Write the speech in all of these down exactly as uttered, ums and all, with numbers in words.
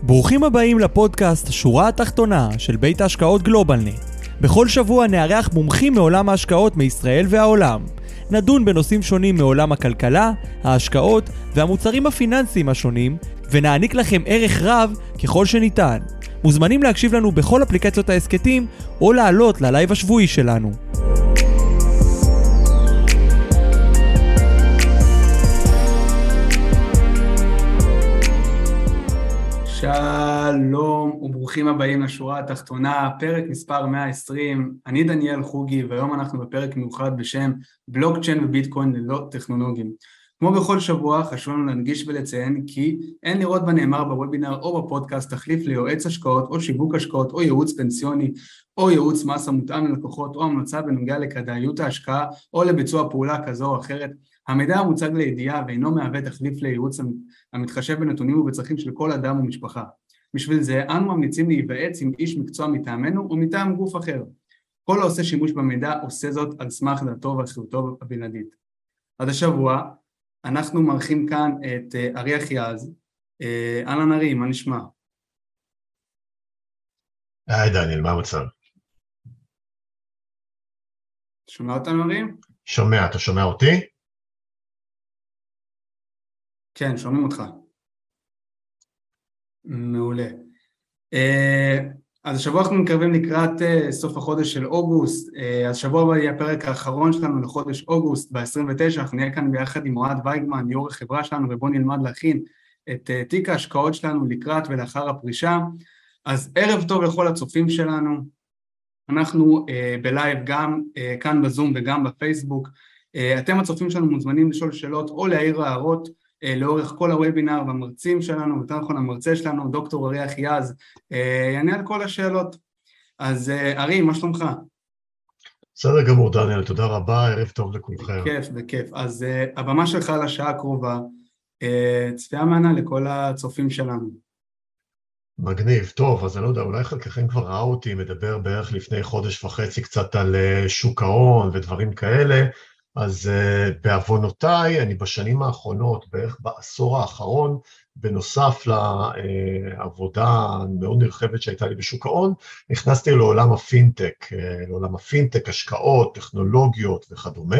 ברוכים הבאים לפודקאסט שורה התחתונה של בית ההשקעות גלובלנט. בכל שבוע נארח מומחים מעולם ההשקעות מישראל והעולם. נדון בנושאים שונים מעולם הכלכלה, ההשקעות והמוצרים הפיננסיים השונים, ונעניק לכם ערך רב ככל שניתן. מוזמנים להקשיב לנו בכל אפליקציות העסקתים או לעלות ללייב השבועי שלנו. שלום וברוכים הבאים לשורה התחתונה, פרק מספר מאה ועשרים. אני דניאל חוגי, והיום אנחנו בפרק מיוחד בשם בלוקצ'יין וביטקוין ללא טכנולוגים. כמו בכל שבוע חשוב לנו להנגיש ולציין כי אין לראות בנאמר בוובינר או בפודקאסט תחליף ליועץ השקעות או שיווק השקעות או ייעוץ פנסיוני או ייעוץ מס המותאם ללקוחות או המלצה בנוגע לכדאיות ההשקעה או לביצוע פעולה כזו או אחרת. המידע המוצג לידיעה ואינו מהווה תחליף לייעוץ המתחשב בנתונים ובצרכים של כל אדם ומשפחה. בשביל זה אנו ממליצים להיוועץ עם איש מקצוע מטעמנו או מטעם גוף אחר. כל העושה שימוש במידע עושה זאת על סמך דעתו ואחריותו הבלעדית. עד השבוע אנחנו מארחים כאן את ארי אחיעז. אהלן ארי, מה נשמע? היי דניאל, מה המצב? שומע אותנו ארי? שומע, אתה שומע אותי? כן, שומעים אותך. מעולה. אז השבוע אנחנו מקרבים לקראת סוף החודש של אוגוסט. אז שבוע הבא יהיה הפרק האחרון שלנו לחודש אוגוסט, ב-עשרים ותשע, אנחנו נהיה כאן ביחד עם אוהד וייגמן, יו"ר החברה שלנו, ובואו נלמד להכין את תיק ההשקעות שלנו לקראת ולאחר הפרישה. אז ערב טוב לכל הצופים שלנו. אנחנו בלייב גם כאן בזום וגם בפייסבוק. אתם הצופים שלנו מוזמנים לשאול שאלות או להעיר הערות לאורך כל הוובינר, והמרצים שלנו, יותר נכון המרצה שלנו, דוקטור ארי אחיעז, יענה על כל השאלות. אז ארי, מה שלומך? בסדר גמור דניאל, תודה רבה, ערב טוב לכולכם. בכיף, בכיף. אז הבמה שלך לשעה הקרובה, צפייה מענה לכל הצופים שלנו. מגניב, טוב, אז אני לא יודע, אולי חלקכם כבר ראו אותי מדבר בערך לפני חודש וחצי קצת על שוק ההון ודברים כאלה, אז uh, בעוונותיי, אני בשנים האחרונות, בערך בעשור האחרון, בנוסף לעבודה מאוד נרחבת שהייתה לי בשוק ההון, נכנסתי לעולם הפינטק, לעולם הפינטק, השקעות, טכנולוגיות וכדומה,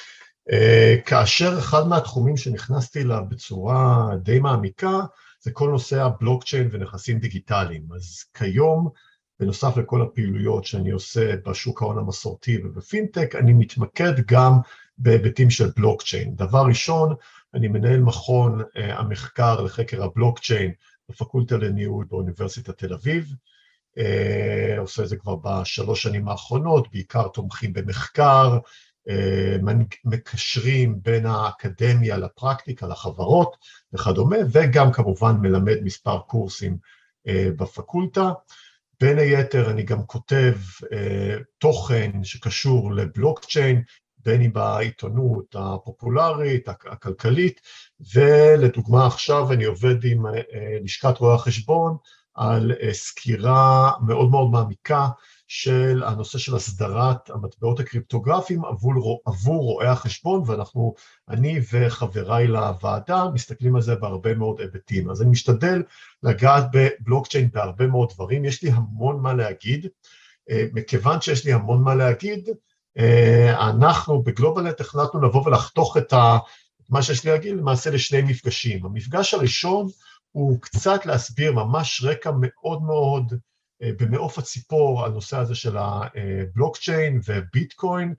uh, כאשר אחד מהתחומים שנכנסתי לה בצורה די מעמיקה, זה כל נושא הבלוקצ'יין ונכסים דיגיטליים. אז כיום, בנוסף לכל הפעילויות שאני עושה בשוק ההון המסורתי ובפינטק, אני מתמקד גם בהיבטים של בלוקצ'יין. דבר ראשון, אני מנהל מכון uh, המחקר לחקר הבלוקצ'יין בפקולטה לניהול באוניברסיטת תל אביב, uh, עושה את זה כבר בשלוש שנים האחרונות, בעיקר תומכים במחקר, uh, מקשרים בין האקדמיה לפרקטיקה, לחברות וכדומה, וגם כמובן מלמד מספר קורסים uh, בפקולטה. בין היתר אני גם כותב אה, תוכן שקשור לבלוקצ'יין, בין אם בעיתונות הפופולרית, הכלכלית, ולדוגמה עכשיו אני עובד עם אה, לשכת רואי החשבון על אה, סקירה מאוד מאוד מעמיקה של הנושא של הסדרת המטבעות הקריפטוגרפיים עבור, עבור רואי החשבון, ואנחנו, אני וחבריי לוועדה, מסתכלים על זה בהרבה מאוד היבטים. אז אני משתדל לגעת בבלוקצ'יין בהרבה מאוד דברים, יש לי המון מה להגיד, מכיוון שיש לי המון מה להגיד, אנחנו בגלובלנט החלטנו לבוא ולחתוך את ה, מה שיש לי להגיד למעשה לשני מפגשים. המפגש הראשון הוא קצת להסביר ממש רקע מאוד מאוד, במעוף הציפור על נושא הזה של הבלוקצ'יין וביטקוין,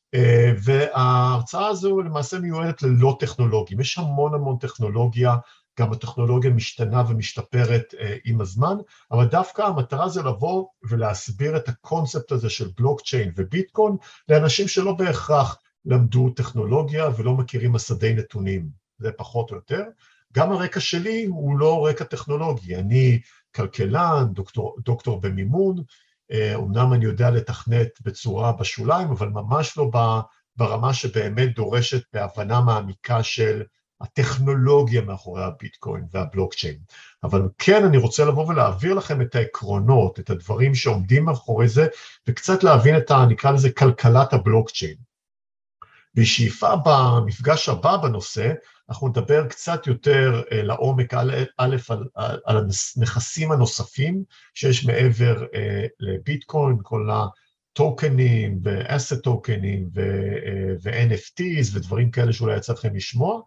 וההרצאה הזו למעשה מיועדת ללא טכנולוגים. יש המון המון טכנולוגיה, גם הטכנולוגיה משתנה ומשתפרת עם הזמן, אבל דווקא המטרה זה לבוא ולהסביר את הקונספט הזה של בלוקצ'יין וביטקוין, לאנשים שלא בהכרח למדו טכנולוגיה ולא מכירים מסדי נתונים, זה פחות או יותר. גם הרקע שלי הוא לא רקע טכנולוגי, אני כלכלן, דוקטור, דוקטור במימון, אומנם אני יודע לתכנת בצורה בשוליים, אבל ממש לא ברמה שבאמת דורשת בהבנה מעמיקה של הטכנולוגיה מאחורי הביטקוין והבלוקצ'יין. אבל כן אני רוצה לבוא ולהעביר לכם את העקרונות, את הדברים שעומדים מאחורי זה, וקצת להבין את ה, נקרא לזה כלכלת הבלוקצ'יין. בשאיפה במפגש הבא בנושא, אנחנו נדבר קצת יותר לעומק א', א' על, על, על הנכסים הנוספים שיש מעבר לביטקוין, כל הטוקנים ו-asset טוקנים ו-אן אף טיז ודברים כאלה שאולי יצא לכם לשמוע,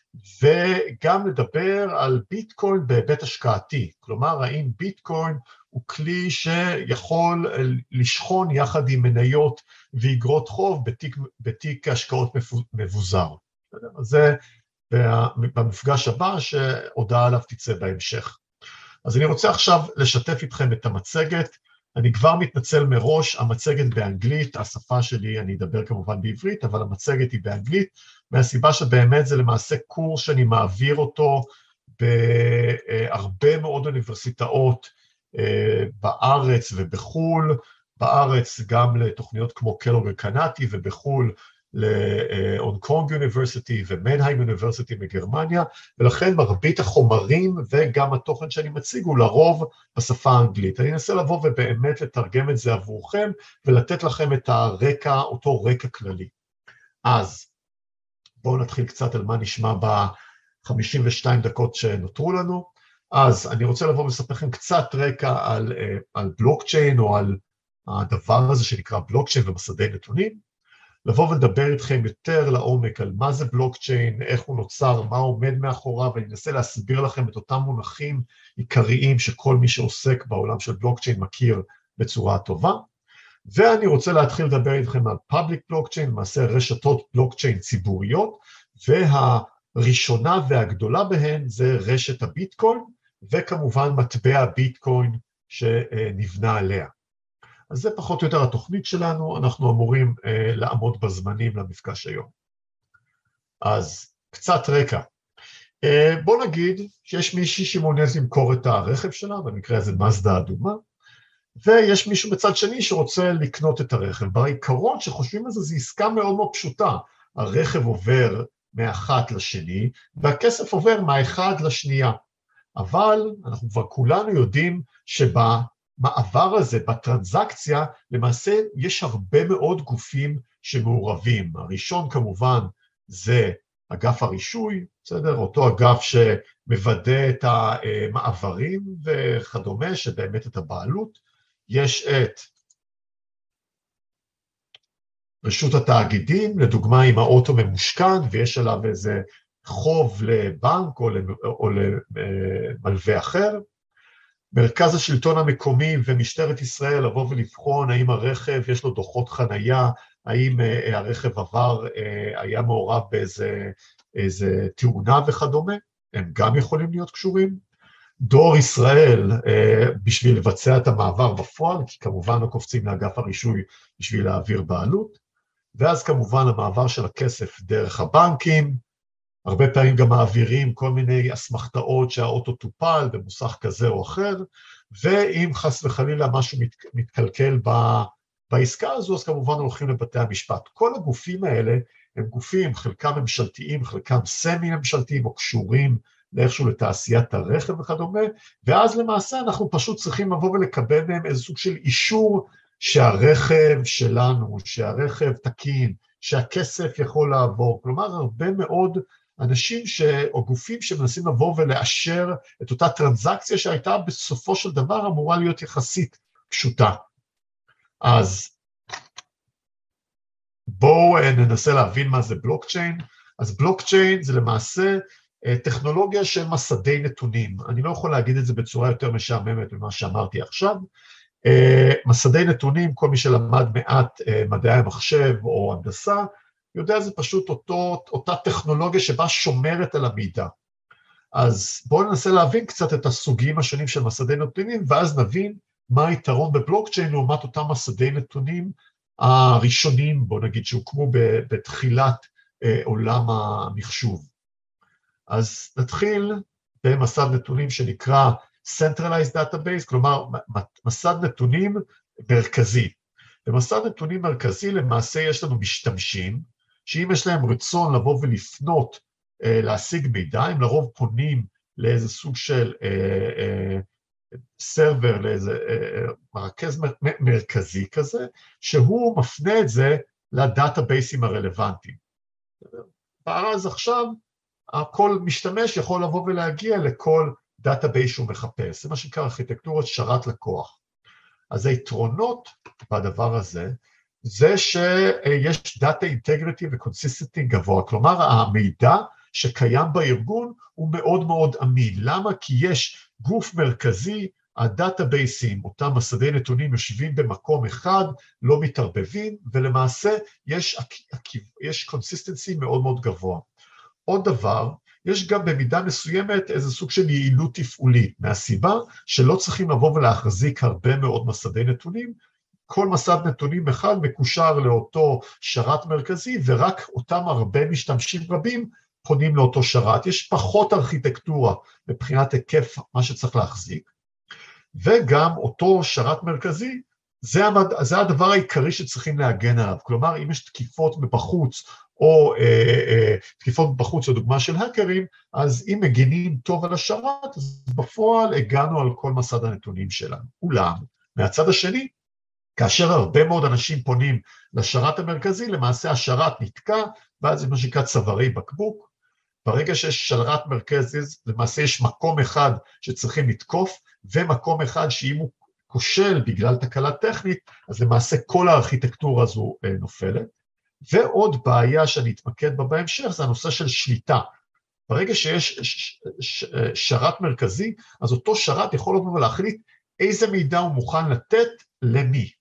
וגם לדבר על ביטקוין בהיבט השקעתי, כלומר האם ביטקוין הוא כלי שיכול לשכון יחד עם מניות ואגרות חוב בתיק, בתיק השקעות מבוזר. אז זה במפגש הבא שהודעה עליו תצא בהמשך. אז אני רוצה עכשיו לשתף איתכם את המצגת, אני כבר מתנצל מראש, המצגת באנגלית, השפה שלי, אני אדבר כמובן בעברית, אבל המצגת היא באנגלית, מהסיבה שבאמת זה למעשה קורס שאני מעביר אותו בהרבה מאוד אוניברסיטאות בארץ ובחול, בארץ גם לתוכניות כמו קלוג וקנאטי ובחול, להונג קונג יוניברסיטי ומנהיים יוניברסיטי מגרמניה, ולכן מרבית החומרים וגם התוכן שאני מציג הוא לרוב בשפה האנגלית. אני אנסה לבוא ובאמת לתרגם את זה עבורכם, ולתת לכם את הרקע, אותו רקע כללי. אז בואו נתחיל קצת על מה נשמע ב-חמישים ושתיים דקות שנותרו לנו. אז אני רוצה לבוא ולספר לכם קצת רקע על, על בלוקצ'יין, או על הדבר הזה שנקרא בלוקצ'יין ומסדי נתונים, לבוא ולדבר איתכם יותר לעומק על מה זה בלוקצ'יין, איך הוא נוצר, מה עומד מאחוריו, ואני אנסה להסביר לכם את אותם מונחים עיקריים שכל מי שעוסק בעולם של בלוקצ'יין מכיר בצורה טובה. ואני רוצה להתחיל לדבר איתכם על פאבליק בלוקצ'יין, למעשה רשתות בלוקצ'יין ציבוריות, והראשונה והגדולה בהן זה רשת הביטקוין, וכמובן מטבע הביטקוין שנבנה עליה. אז זה פחות או יותר התוכנית שלנו, אנחנו אמורים אה, לעמוד בזמנים למפגש היום. אז קצת רקע. אה, בוא נגיד שיש מישהי שמעוניין למכור את הרכב שלה, במקרה הזה מזדה אדומה, ויש מישהו בצד שני שרוצה לקנות את הרכב. בעיקרון שחושבים על זה, זו עסקה מאוד מאוד פשוטה. הרכב עובר מאחת לשני, והכסף עובר מהאחד לשנייה. אבל אנחנו כבר כולנו יודעים שבה, מעבר הזה, בטרנזקציה, למעשה יש הרבה מאוד גופים שמעורבים. הראשון כמובן זה אגף הרישוי, בסדר? אותו אגף שמוודא את המעברים וכדומה, שבאמת את הבעלות. יש את רשות התאגידים, לדוגמה אם האוטו ממושכן ויש עליו איזה חוב לבנק או למלווה אחר. מרכז השלטון המקומי ומשטרת ישראל לבוא ולבחון האם הרכב יש לו דוחות חנייה, האם הרכב עבר, היה מעורב באיזה איזה תאונה וכדומה, הם גם יכולים להיות קשורים. דואר ישראל בשביל לבצע את המעבר בפועל, כי כמובן לא קופצים לאגף הרישוי בשביל להעביר בעלות, ואז כמובן המעבר של הכסף דרך הבנקים, הרבה פעמים גם מעבירים כל מיני אסמכתאות שהאוטו טופל במוסך כזה או אחר, ואם חס וחלילה משהו מת, מתקלקל ב, בעסקה הזו, אז כמובן הולכים לבתי המשפט. כל הגופים האלה הם גופים, חלקם ממשלתיים, חלקם סמי-ממשלתיים או קשורים לאיכשהו לתעשיית הרכב וכדומה, ואז למעשה אנחנו פשוט צריכים לבוא ולקבל מהם איזה סוג של אישור שהרכב שלנו, שהרכב תקין, שהכסף יכול לעבור. כלומר, הרבה מאוד אנשים ש... או גופים שמנסים לבוא ולאשר את אותה טרנזקציה שהייתה בסופו של דבר אמורה להיות יחסית פשוטה. אז בואו ננסה להבין מה זה בלוקצ'יין. אז בלוקצ'יין זה למעשה טכנולוגיה של מסדי נתונים. אני לא יכול להגיד את זה בצורה יותר משעממת ממה שאמרתי עכשיו. מסדי נתונים, כל מי שלמד מעט מדעי המחשב או הנדסה, יודע זה פשוט אותו, אותה טכנולוגיה שבה שומרת על המידע. אז בואו ננסה להבין קצת את הסוגים השונים של מסדי נתונים, ואז נבין מה היתרון בבלוקצ'יין לעומת אותם מסדי נתונים הראשונים, בואו נגיד שהוקמו בתחילת עולם המחשוב. אז נתחיל במסד נתונים שנקרא Centralized Database, כלומר מסד נתונים מרכזי. במסד נתונים מרכזי למעשה יש לנו משתמשים, שאם יש להם רצון לבוא ולפנות, אה, להשיג מידע, הם לרוב פונים לאיזה סוג של אה, אה, סרבר, לאיזה אה, מרכז מ- מרכזי כזה, שהוא מפנה את זה לדאטאבייסים הרלוונטיים. ואז עכשיו כל משתמש יכול לבוא ולהגיע לכל דאטאבייס שהוא מחפש, זה מה שנקרא ארכיטקטורת שרת לקוח. אז היתרונות בדבר הזה, זה שיש דאטה אינטגריטי וקונסיסטנטי גבוה, כלומר המידע שקיים בארגון הוא מאוד מאוד אמין. למה? כי יש גוף מרכזי, הדאטאבייסים, אותם מסדי נתונים יושבים במקום אחד, לא מתערבבים, ולמעשה יש, יש קונסיסטנצי מאוד מאוד גבוה. עוד דבר, יש גם במידה מסוימת איזה סוג של יעילות תפעולית, מהסיבה שלא צריכים לבוא ולהחזיק הרבה מאוד מסדי נתונים, כל מסד נתונים אחד מקושר לאותו שרת מרכזי, ורק אותם הרבה משתמשים רבים פונים לאותו שרת. יש פחות ארכיטקטורה מבחינת היקף מה שצריך להחזיק, וגם אותו שרת מרכזי, זה, המד... זה הדבר העיקרי שצריכים להגן עליו. כלומר, אם יש תקיפות בחוץ, או אה, אה, תקיפות בחוץ, או דוגמה של האקרים, אז אם מגינים טוב על השרת, אז בפועל הגענו על כל מסד הנתונים שלנו. אולם, מהצד השני, כאשר הרבה מאוד אנשים פונים לשרת המרכזי, למעשה השרת נתקע, ואז זה מה שנקרא צווארי בקבוק. ברגע שיש שרת מרכזי, למעשה יש מקום אחד שצריכים לתקוף, ומקום אחד שאם הוא כושל בגלל תקלה טכנית, אז למעשה כל הארכיטקטורה הזו נופלת. ועוד בעיה שאני אתמקד בה בהמשך, זה הנושא של שליטה. ברגע שיש שרת מרכזי, אז אותו שרת יכול לבוא ולהחליט איזה מידע הוא מוכן לתת למי.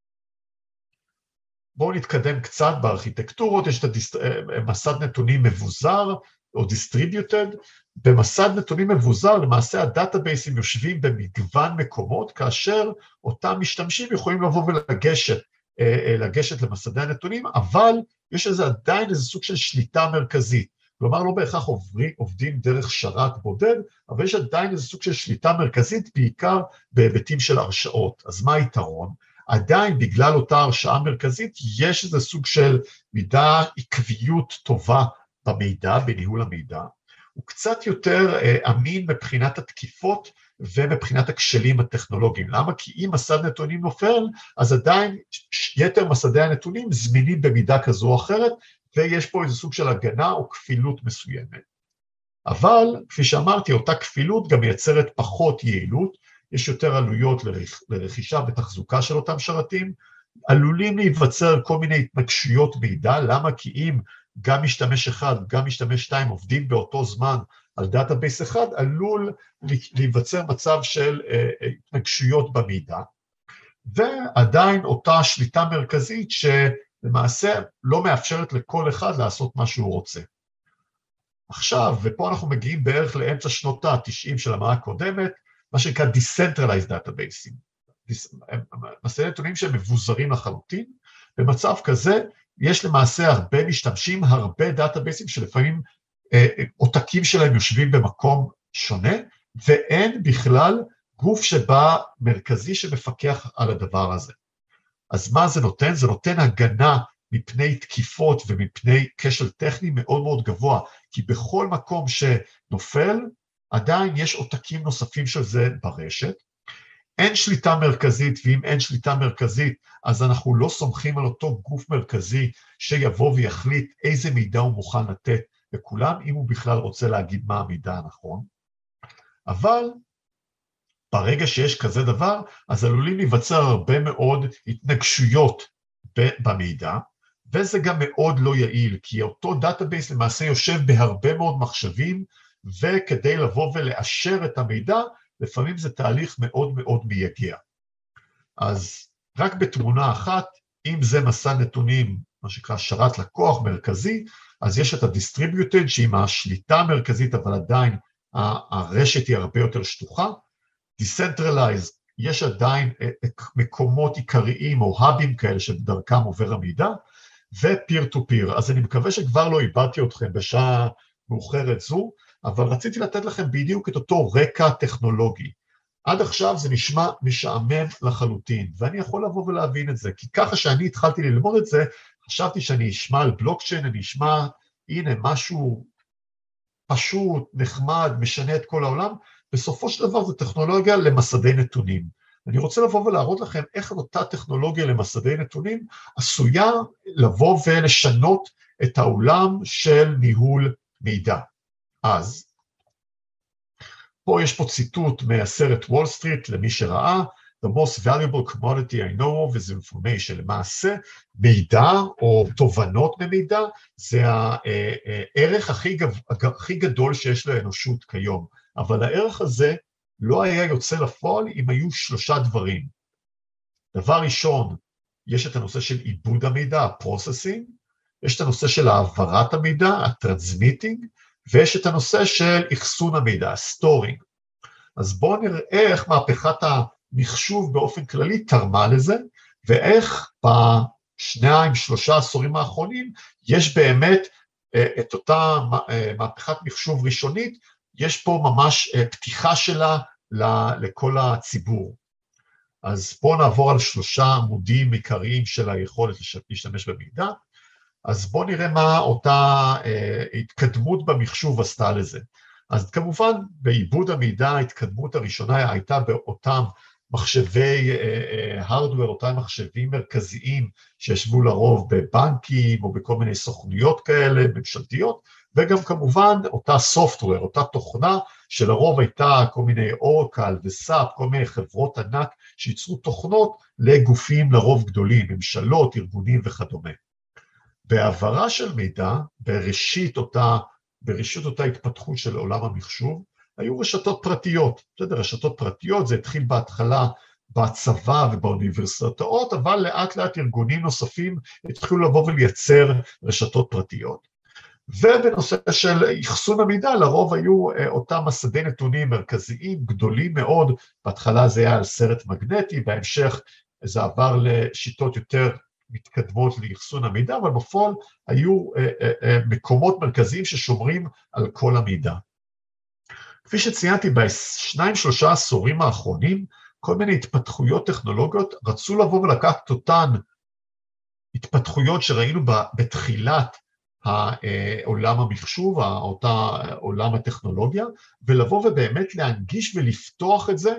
בואו נתקדם קצת בארכיטקטורות, יש את מסד נתונים מבוזר, או distributed, במסד נתונים מבוזר, למעשה הדאטאבייסים יושבים במגוון מקומות, כאשר אותם משתמשים יכולים לבוא ולגשת, לגשת למסדי הנתונים, אבל יש איזה עדיין איזה סוג של שליטה מרכזית, כלומר לא בהכרח עוברים, עובדים דרך שרת בודד, אבל יש עדיין איזה סוג של שליטה מרכזית, בעיקר בהיבטים של הרשאות. אז מה היתרון? עדיין בגלל אותה הרשאה מרכזית, יש איזה סוג של מידה עקביות טובה במידע, בניהול המידע, הוא קצת יותר אה, אמין מבחינת התקיפות ומבחינת הכשלים הטכנולוגיים. למה? כי אם מסד נתונים נופל, אז עדיין יתר מסדי הנתונים זמינים במידה כזו או אחרת, ויש פה איזה סוג של הגנה או כפילות מסוימת. אבל, כפי שאמרתי, אותה כפילות גם מייצרת פחות יעילות, יש יותר עלויות לרכ... לרכישה ותחזוקה של אותם שרתים, עלולים להיווצר כל מיני התנגשויות מידע, למה? כי אם גם משתמש אחד, גם משתמש שתיים עובדים באותו זמן על דאטאבייס אחד, עלול להיווצר מצב של התנגשויות במידע, ועדיין אותה שליטה מרכזית שלמעשה לא מאפשרת לכל אחד לעשות מה שהוא רוצה. עכשיו, ופה אנחנו מגיעים בערך לאמצע שנות ה-תשעים של המאה הקודמת, מה שנקרא Decentralized Databases, מסדי נתונים שהם מבוזרים לחלוטין, במצב כזה יש למעשה הרבה משתמשים, הרבה דאטאבייסים שלפעמים אה, עותקים שלהם יושבים במקום שונה, ואין בכלל גוף שבא מרכזי שמפקח על הדבר הזה. אז מה זה נותן? זה נותן הגנה מפני תקיפות ומפני כשל טכני מאוד מאוד גבוה, כי בכל מקום שנופל, עדיין יש עותקים נוספים של זה ברשת, אין שליטה מרכזית, ואם אין שליטה מרכזית, אז אנחנו לא סומכים על אותו גוף מרכזי שיבוא ויחליט איזה מידע הוא מוכן לתת לכולם, אם הוא בכלל רוצה להגיד מה המידע הנכון. אבל ברגע שיש כזה דבר, אז עלולים להיווצר הרבה מאוד התנגשויות במידע, וזה גם מאוד לא יעיל, כי אותו דאטאבייס למעשה יושב בהרבה מאוד מחשבים, וכדי לבוא ולאשר את המידע, לפעמים זה תהליך מאוד מאוד מייגע. אז רק בתמונה אחת, אם זה מסד נתונים, מה שנקרא שרת לקוח מרכזי, אז יש את ה-distributed, שעם השליטה המרכזית, אבל עדיין הרשת היא הרבה יותר שטוחה. Decentralized, יש עדיין מקומות עיקריים או האבים כאלה שבדרכם עובר המידע, ו-peer to peer. אז אני מקווה שכבר לא איבדתי אתכם בשעה מאוחרת זו, אבל רציתי לתת לכם בדיוק את אותו רקע טכנולוגי. עד עכשיו זה נשמע משעמם לחלוטין, ואני יכול לבוא ולהבין את זה, כי ככה שאני התחלתי ללמוד את זה, חשבתי שאני אשמע על בלוקצ'יין, אני אשמע, הנה, משהו פשוט, נחמד, משנה את כל העולם, בסופו של דבר זה טכנולוגיה למסדי נתונים. אני רוצה לבוא ולהראות לכם איך אותה טכנולוגיה למסדי נתונים עשויה לבוא ולשנות את העולם של ניהול מידע. אז, פה יש פה ציטוט מהסרט וול סטריט, למי שראה, The most valuable commodity I know of is information. למעשה, מידע או תובנות במידע, זה הערך הכי, הכי גדול שיש לאנושות כיום. אבל הערך הזה לא היה יוצא לפועל אם היו שלושה דברים. דבר ראשון, יש את הנושא של עיבוד המידע, ה-processing, יש את הנושא של העברת המידע, ה-transmitting, ויש את הנושא של אחסון המידע, ה-storing. אז בואו נראה איך מהפכת המחשוב באופן כללי תרמה לזה, ואיך בשניים, שלושה עשורים האחרונים, יש באמת את אותה מהפכת מחשוב ראשונית, יש פה ממש פתיחה שלה לכל הציבור. אז בואו נעבור על שלושה עמודים עיקריים של היכולת להשתמש במידע, אז בואו נראה מה אותה התקדמות במחשוב עשתה לזה. אז כמובן, בעיבוד המידע, ההתקדמות הראשונה הייתה באותם מחשבי הארדוור, אותם מחשבים מרכזיים שישבו לרוב בבנקים או בכל מיני סוכנויות כאלה, ממשלתיות, וגם כמובן אותה סופטוור, אותה תוכנה שלרוב הייתה כל מיני אורקל וסאפ, כל מיני חברות ענק שייצרו תוכנות לגופים לרוב גדולים, ממשלות, ארגונים וכדומה. בהעברה של מידע, בראשית אותה, בראשית אותה התפתחות של עולם המחשוב, היו רשתות פרטיות. בסדר, רשתות פרטיות, זה התחיל בהתחלה בצבא ובאוניברסיטאות, אבל לאט לאט ארגונים נוספים התחילו לבוא ולייצר רשתות פרטיות. ובנושא של אחסון המידע, לרוב היו אותם מסדי נתונים מרכזיים, גדולים מאוד, בהתחלה זה היה על סרט מגנטי, בהמשך זה עבר לשיטות יותר מתקדמות לאחסון המידע, אבל בפועל היו מקומות מרכזיים ששומרים על כל המידע. כפי שציינתי, בשניים שלושה עשורים האחרונים, כל מיני התפתחויות טכנולוגיות רצו לבוא ולקחת אותן התפתחויות שראינו בתחילת העולם המחשוב, אותה עולם הטכנולוגיה, ולבוא ובאמת להנגיש ולפתוח את זה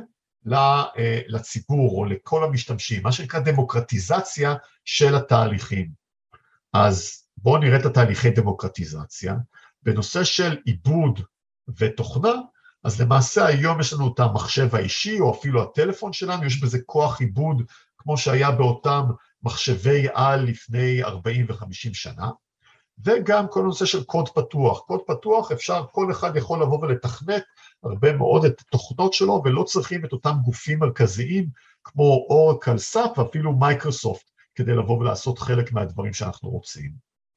לציבור או לכל המשתמשים, מה שנקרא דמוקרטיזציה של התהליכים. אז בואו נראה את התהליכי דמוקרטיזציה. בנושא של עיבוד ותוכנה, אז למעשה היום יש לנו את המחשב האישי, או אפילו הטלפון שלנו, יש בזה כוח עיבוד, כמו שהיה באותם מחשבי על לפני ארבעים וחמישים שנה, וגם כל נושא של קוד פתוח. קוד פתוח אפשר, כל אחד יכול לבוא ולתכנת הרבה מאוד את התוכנות שלו, ולא צריכים את אותם גופים מרכזיים, כמו אורקל, סאפ, ואפילו מייקרוסופט, כדי לבוא ולעשות חלק מהדברים שאנחנו רוצים.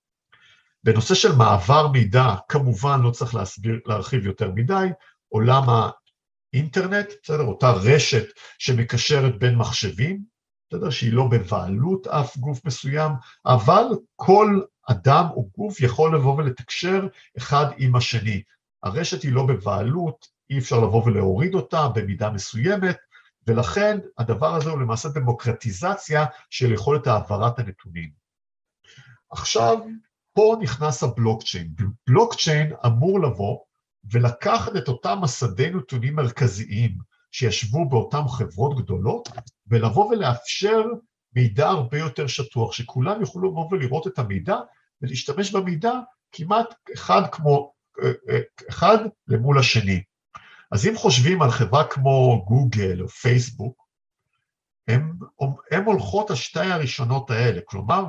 בנושא של מעבר מידע, כמובן לא צריך להסביר, להרחיב יותר מדי, עולם האינטרנט, בסדר, אותה רשת שמקשרת בין מחשבים, בסדר, שהיא לא בבעלות אף גוף מסוים, אבל כל אדם או גוף יכול לבוא ולתקשר אחד עם השני. הרשת היא לא בבעלות, אי אפשר לבוא ולהוריד אותה במידה מסוימת, ולכן הדבר הזה הוא למעשה דמוקרטיזציה של יכולת העברת הנתונים. עכשיו, פה נכנס הבלוקצ'יין. בלוקצ'יין אמור לבוא ולקחת את אותם מסדי נתונים מרכזיים שישבו באותן חברות גדולות, ולבוא ולאפשר מידע הרבה יותר שטוח, שכולם יוכלו לבוא ולראות את המידע, ולהשתמש במידע כמעט אחד כמו, אחד למול השני. אז אם חושבים על חברה כמו גוגל או פייסבוק, הם, הם הולכות השתי הראשונות האלה, כלומר,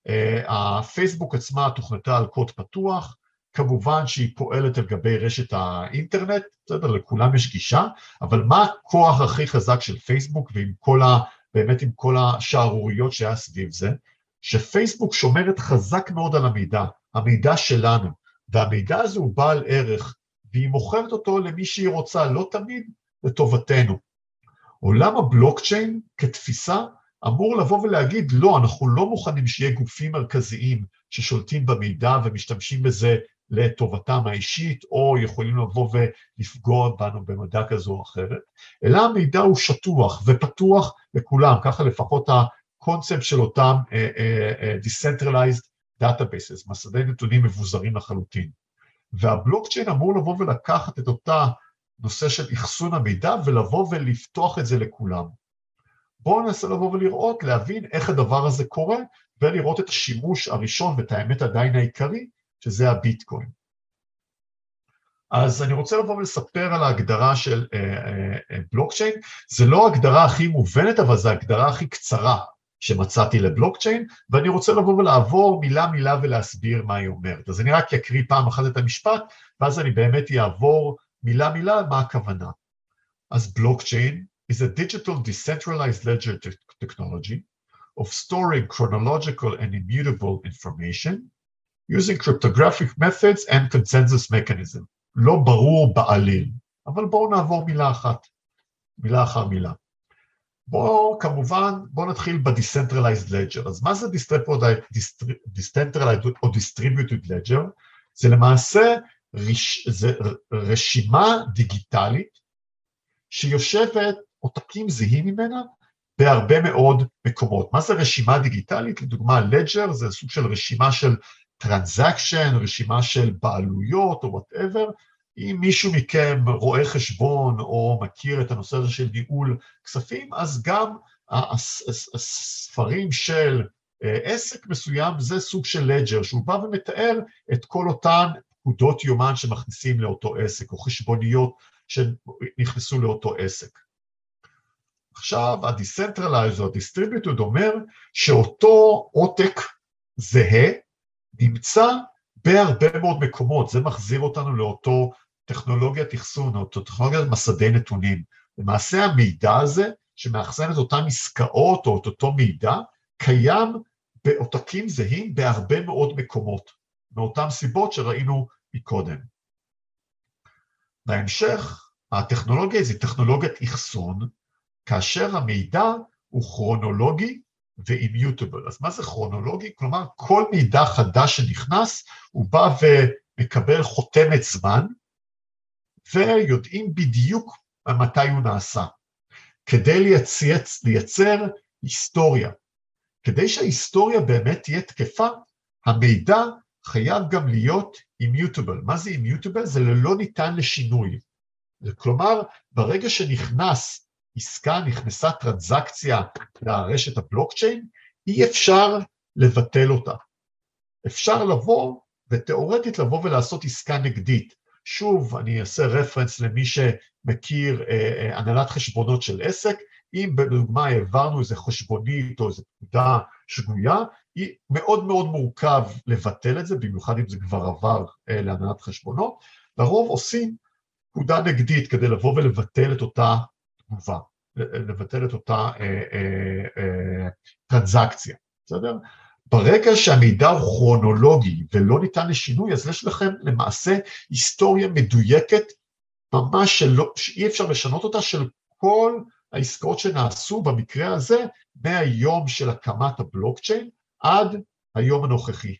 הפייסבוק עצמה תוכנתה על קוד פתוח, כמובן שהיא פועלת על גבי רשת האינטרנט, בסדר, לכולם יש גישה, אבל מה הכוח הכי חזק של פייסבוק, ועם כל ה, באמת עם כל השערוריות שהיה סביב זה, שפייסבוק שומרת חזק מאוד על המידע, המידע שלנו, והמידע הזה הוא בעל ערך, והיא מוכרת אותו למי שהיא רוצה, לא תמיד לטובתנו. עולם הבלוקצ'יין כתפיסה אמור לבוא ולהגיד, לא, אנחנו לא מוכנים שיהיה גופים מרכזיים ששולטים במידע ומשתמשים בזה לטובתם האישית, או יכולים לבוא ולפגוע בנו במדע כזו או אחרת, אלא המידע הוא שטוח ופתוח לכולם, ככה לפחות הקונספט של אותם uh, uh, uh, decentralized databases, מסדי נתונים מבוזרים לחלוטין. והבלוקצ'יין אמור לבוא ולקחת את אותה נושא של אחסון המידע, ולבוא ולפתוח את זה לכולם. בואו ננסה לבוא ולראות, להבין איך הדבר הזה קורה, ולראות את השימוש הראשון, ואת האמת עדיין העיקרי, שזה הביטקוין. אז אני רוצה לבוא ולספר על ההגדרה של בלוקצ'יין. זה לא ההגדרה הכי מובנת, אבל זו ההגדרה הכי קצרה שמצאתי לבלוקצ'יין, ואני רוצה לבוא ולעבור מילה מילה ולהסביר מה היא אומרת. אז אני רק אקריא פעם אחת את המשפט, ואז אני באמת אעבור מילה מילה מה הכוונה. אז בלוקצ'יין is a digital decentralized ledger technology of storing chronological and immutable information using cryptographic methods and consensus mechanism. לא ברור בעליל, אבל בואו נעבור מילה אחת, מילה אחר מילה. בואו, כמובן, בואו נתחיל ב-Decentralized Ledger. אז מה זה Decentralized או Distributed Ledger? זה למעשה רש... זה רשימה דיגיטלית שיושבת עותקים זהים ממנה בהרבה מאוד מקומות. מה זה רשימה דיגיטלית? לדוגמה, Ledger זה סוג של רשימה של טרנזקשן, רשימה של בעלויות או whatever. אם מישהו מכם רואה חשבון או מכיר את הנושא הזה של ניהול כספים, אז גם הספרים של עסק מסוים זה סוג של לג'ר, שהוא בא ומתאר את כל אותן פקודות יומן שמכניסים לאותו עסק, או חשבוניות שנכנסו לאותו עסק. עכשיו, ה-Decentralized או ה-Distributed אומר שאותו עותק זהה נמצא בהרבה מאוד מקומות. זה מחזיר אותנו לאותו טכנולוגיית אחסון, או טכנולוגיית מסדי נתונים. למעשה המידע הזה, שמאחסן את אותם עסקאות או את אותו מידע, קיים בעותקים זהים בהרבה מאוד מקומות, מאותן סיבות שראינו מקודם. בהמשך, הטכנולוגיה היא טכנולוגיית אחסון, כאשר המידע הוא כרונולוגי ו-immutable. אז מה זה כרונולוגי? כלומר, כל מידע חדש שנכנס, הוא בא ומקבל חותמת זמן, ויודעים בדיוק מתי הוא נעשה. כדי לייצר, לייצר היסטוריה. כדי שההיסטוריה באמת תהיה תקפה, המידע חייב גם להיות immutable. מה זה immutable? זה לא ניתן לשינוי. כלומר, ברגע שנכנס עסקה, נכנסה טרנזקציה לרשת הבלוקצ'יין, אי אפשר לבטל אותה. אפשר לבוא, ותיאורטית לבוא ולעשות עסקה נגדית. שוב, אני אעשה רפרנס למי שמכיר אה, הנהלת חשבונות של עסק, אם בדוגמה העברנו איזה חשבונית או איזו פקודה שגויה, היא מאוד מאוד מורכב לבטל את זה, במיוחד אם זה כבר עבר אה, להנהלת חשבונות, לרוב עושים פקודה נגדית כדי לבוא ולבטל את אותה תגובה, לבטל את אותה אה, אה, אה, טרנזקציה, בסדר? ברגע שהמידע הוא כרונולוגי ולא ניתן לשינוי, אז יש לכם למעשה היסטוריה מדויקת, ממש שלא, שאי אפשר לשנות אותה, של כל העסקאות שנעשו במקרה הזה, מהיום של הקמת הבלוקצ'יין עד היום הנוכחי.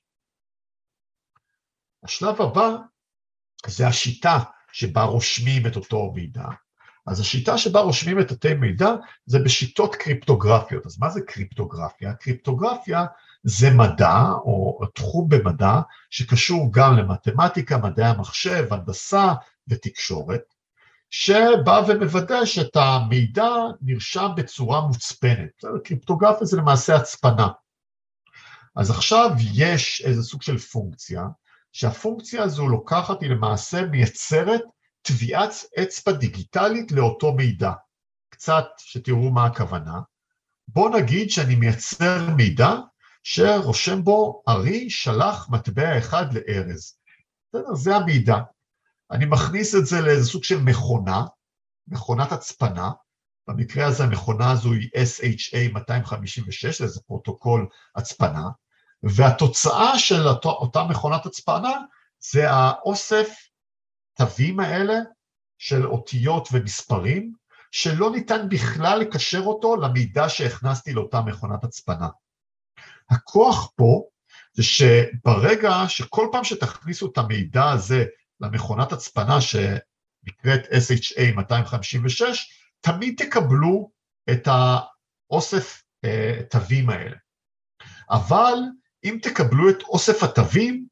השלב הבא זה השיטה שבה רושמים את אותו מידע. אז השיטה שבה רושמים את אותו מידע זה בשיטות קריפטוגרפיות. אז מה זה קריפטוגרפיה? קריפטוגרפיה זה מדע או תחום במדע שקשור גם למתמטיקה, מדעי המחשב, הנדסה ותקשורת, שבא ומוודא שאת המידע נרשם בצורה מוצפנת. קריפטוגרפיה זה למעשה הצפנה. אז עכשיו יש איזה סוג של פונקציה, שהפונקציה הזו לוקחת, היא למעשה מייצרת טביעת אצבע דיגיטלית לאותו מידע. קצת שתראו מה הכוונה. בוא נגיד שאני מייצר מידע שרושם בו ארי שלח מטבע אחד לארז. זה המידע. אני מכניס את זה לאיזה סוג של מכונה, מכונת הצפנה, במקרה הזה המכונה הזו היא אס אייץ' איי מאתיים חמישים ושש, זה פרוטוקול הצפנה, והתוצאה של אותו, אותה מכונת הצפנה זה האוסף תווים האלה של אותיות ומספרים, שלא ניתן בכלל לקשר אותו למידע שהכנסתי לאותה מכונת הצפנה. הכוח פה זה שברגע שכל פעם שתכניסו את המידע הזה למכונת הצפנה שנקראת אס אייץ' איי מאתיים חמישים ושש, תמיד תקבלו את האוסף אה, תווים האלה. אבל אם תקבלו את אוסף התווים,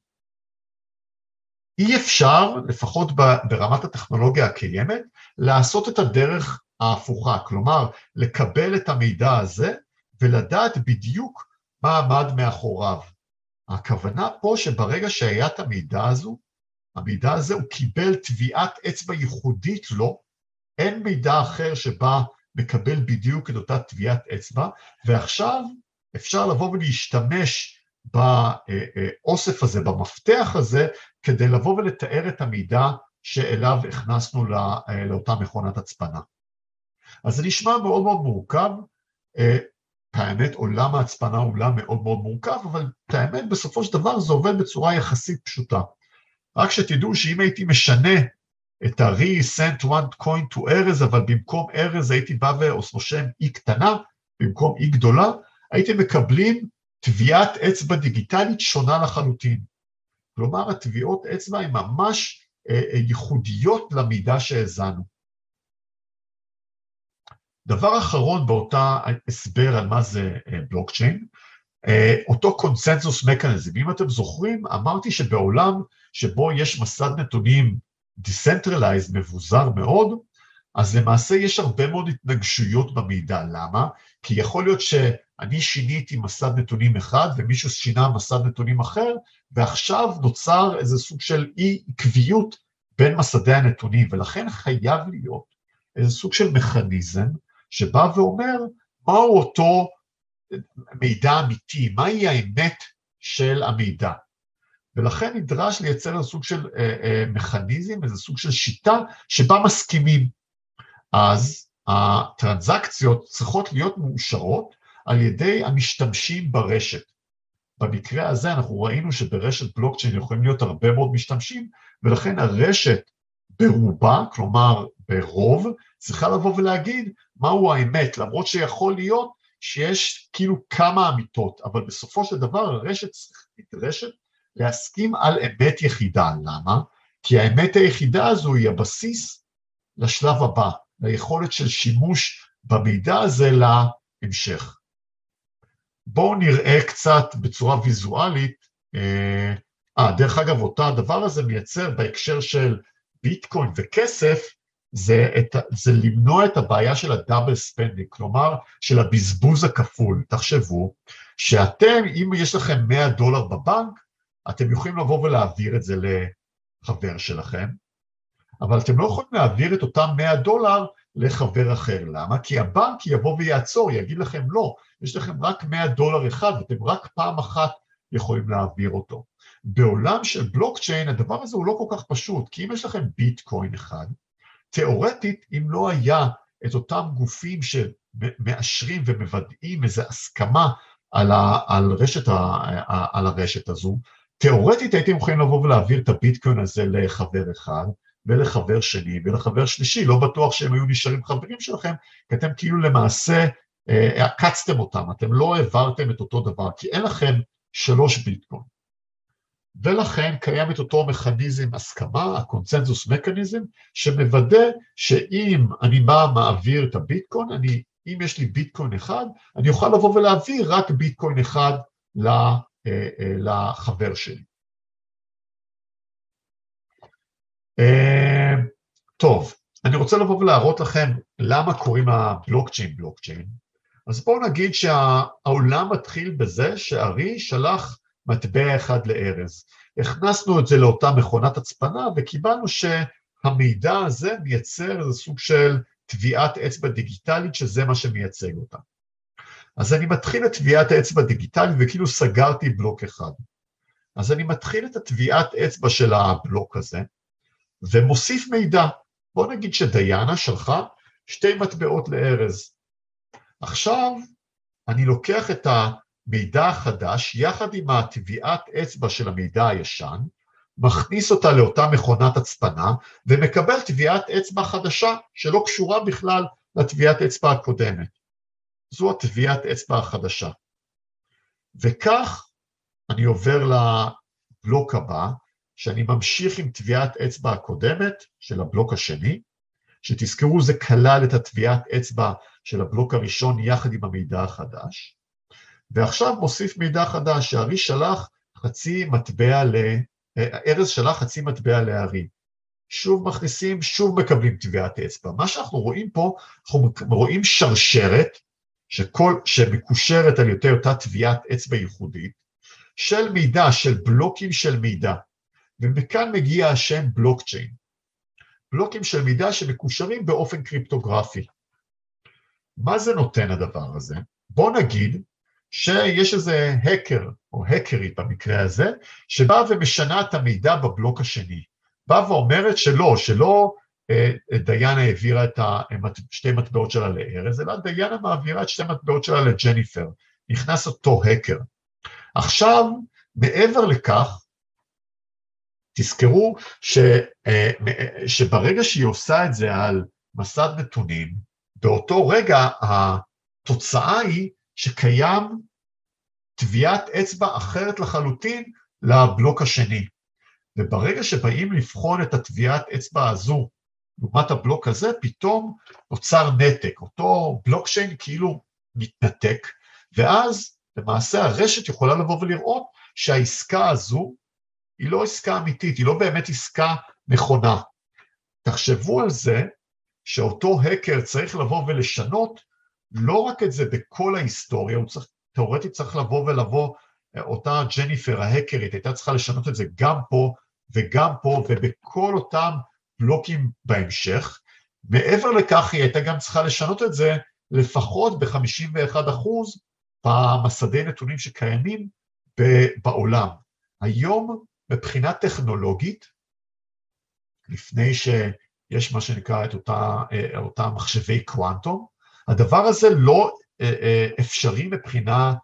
אי אפשר, לפחות ברמת הטכנולוגיה הקיימת, לעשות את הדרך ההפוכה, כלומר, לקבל את המידע הזה ולדעת בדיוק מה עמד מאחוריו. הכוונה פה שברגע שהיה את המידע הזו, המידע הזה הוא קיבל טביעת אצבע ייחודית לו, אין מידע אחר שבה מקבל בדיוק את אותה טביעת אצבע, ועכשיו אפשר לבוא ולהשתמש באוסף הזה, במפתח הזה, כדי לבוא ולתאר את המידע שאליו הכנסנו לא, לאותה מכונת הצפנה. אז זה נשמע מאוד מאוד מורכב, האמת עולם ההצפנה הוא עולם מאוד מאוד מורכב, אבל האמת בסופו של דבר זה עובד בצורה יחסית פשוטה. רק שתדעו שאם הייתי משנה את ה-re-sent one coin to ארז, אבל במקום ארז הייתי בא ורושם E קטנה, במקום E גדולה, הייתם מקבלים טביעת אצבע דיגיטלית שונה לחלוטין. כלומר, הטביעות אצבע הן ממש אה, ייחודיות למידע שהזנו. דבר אחרון באותה הסבר על מה זה אה, בלוקצ'יין, אה, אותו קונסנזוס מקניזם. אם אתם זוכרים, אמרתי שבעולם שבו יש מסד נתונים decentralized, מבוזר מאוד, אז למעשה יש הרבה מאוד התנגשויות במידע. למה? כי יכול להיות שאני שיניתי מסד נתונים אחד, ומישהו שינה מסד נתונים אחר, ועכשיו נוצר איזה סוג של אי עקביות בין מסדי הנתונים, ולכן חייב להיות איזה סוג של מכניזם, שבא ואומר מהו אותו מידע אמיתי, מהי האמת של המידע. ולכן נדרש לייצר איזה סוג של אה, אה, מכניזם, איזה סוג של שיטה שבה מסכימים. אז הטרנזקציות צריכות להיות מאושרות על ידי המשתמשים ברשת. במקרה הזה אנחנו ראינו שברשת בלוקצ'יין יכולים להיות הרבה מאוד משתמשים, ולכן הרשת ברובה, כלומר ברוב, צריכה לבוא ולהגיד מהו האמת, למרות שיכול להיות שיש כאילו כמה אמיתות, אבל בסופו של דבר הרשת נדרשת להסכים על אמת יחידה. למה? כי האמת היחידה הזו היא הבסיס לשלב הבא, ליכולת של שימוש במידע הזה להמשך. בואו נראה קצת בצורה ויזואלית, אה, דרך אגב, אותה הדבר הזה מייצר בהקשר של ביטקוין וכסף, זה, את, זה למנוע את הבעיה של הדאבל ספנדינג, כלומר של הבזבוז הכפול. תחשבו שאתם, אם יש לכם מאה דולר בבנק, אתם יכולים לבוא ולהעביר את זה לחבר שלכם, אבל אתם לא יכולים להעביר את אותם מאה דולר לחבר אחר. למה? כי הבנק יבוא ויעצור, יגיד לכם לא, יש לכם רק מאה דולר אחד, ואתם רק פעם אחת יכולים להעביר אותו. בעולם של בלוקצ'יין, הדבר הזה הוא לא כל כך פשוט, כי אם יש לכם ביטקוין אחד, תיאורטית, אם לא היה את אותם גופים שמאשרים ומוודאים איזו הסכמה על, ה, על, רשת ה, על הרשת הזו, תיאורטית הייתם יכולים לבוא ולהעביר את הביטקוין הזה לחבר אחד, ולחבר שני, ולחבר שלישי, לא בטוח שהם היו נשארים חברים שלכם, כי אתם כאילו למעשה אה, עקצתם אותם, אתם לא העברתם את אותו דבר, כי אין לכם שלוש ביטקוין. ולכן קיים את אותו מכניזם הסכמה, הקונצנזוס מכניזם, שמוודא שאם אני בא מעביר את הביטקוין, אני, אם יש לי ביטקוין אחד, אני אוכל לבוא ולהעביר רק ביטקוין אחד לחבר שלי. טוב, אני רוצה לבוא ולהראות לכם למה קוראים הבלוקצ'יין בלוקצ'יין. אז בואו נגיד שהעולם מתחיל בזה שארי שלח מטבע אחד לארז. הכנסנו את זה לאותה מכונת הצפנה וקיבלנו שהמידע הזה מייצר איזה סוג של טביעת אצבע דיגיטלית, שזה מה שמייצג אותה. אז אני מתחיל את טביעת האצבע דיגיטלית וכאילו סגרתי בלוק אחד. אז אני מתחיל את הטביעת אצבע של הבלוק הזה, ומוסיף מידע. בוא נגיד שדיינה שלחה שתי מטבעות לארז. עכשיו אני לוקח את המידע החדש יחד עם הטביעת אצבע של המידע הישן, מכניס אותה לאותה מכונת הצפנה, ומקבל טביעת אצבע חדשה שלא קשורה בכלל לטביעת אצבע הקודמת. זו הטביעת אצבע החדשה. וכך אני עובר לבלוק הבא, שאני ממשיך עם טביעת אצבע הקודמת של הבלוק השני, שתזכרו זה כלל את הטביעת אצבע של הבלוק הראשון יחד עם המידע החדש, ועכשיו מוסיף מידע חדש, שהארי שלח חצי מטבע ל... ארז שלח חצי מטבע לארי. שוב מכניסים, שוב מקבלים טביעת אצבע. מה שאנחנו רואים פה, אנחנו רואים שרשרת, שכל, שמקושרת על יותר אותה טביעת אצבע ייחודית, של מידע, של בלוקים של מידע. ומכאן מגיע השם בלוקצ'יין. בלוקים של מידע שמקושרים באופן קריפטוגרפי. מה זה נותן הדבר הזה? בוא נגיד שיש איזה הקר, או הקרית במקרה הזה, שבאה ומשנה את המידע בבלוק השני. באה ואומרת שלא, שלא אה, דיינה העבירה את שתי מטבעות שלה לארז, אלא דיינה מעבירה את שתי מטבעות שלה לג'ניפר. נכנס אותו הקר. עכשיו, מעבר לכך, תזכרו ש, אה, שברגע שהיא עושה את זה על מסד נתונים, באותו רגע התוצאה היא שקיים טביעת אצבע אחרת לחלוטין לבלוק השני. וברגע שבאים לבחון את הטביעת אצבע הזו, לעומת הבלוק הזה, פתאום נוצר נתק. אותו בלוקצ'יין כאילו מתנתק, ואז למעשה הרשת יכולה לבוא ולראות שהעסקה הזו היא לא עסקה אמיתית, היא לא באמת עסקה נכונה. תחשבו על זה שאותו הקר צריך לבוא ולשנות, לא רק את זה בכל ההיסטוריה, הוא צריך, תאורטית צריך לבוא ולבוא, אותה ג'ניפר ההקרית, הייתה צריכה לשנות את זה גם פה וגם פה, ובכל אותם בלוקים בהמשך. מעבר לכך, היא הייתה גם צריכה לשנות את זה, לפחות ב-חמישים ואחד אחוז במסדי נתונים שקיימים בעולם. היום, מבחינה טכנולוגית, לפני שיש מה שנקרא את אותה, אותה מחשבי קוונטום, הדבר הזה לא אפשרי מבחינה,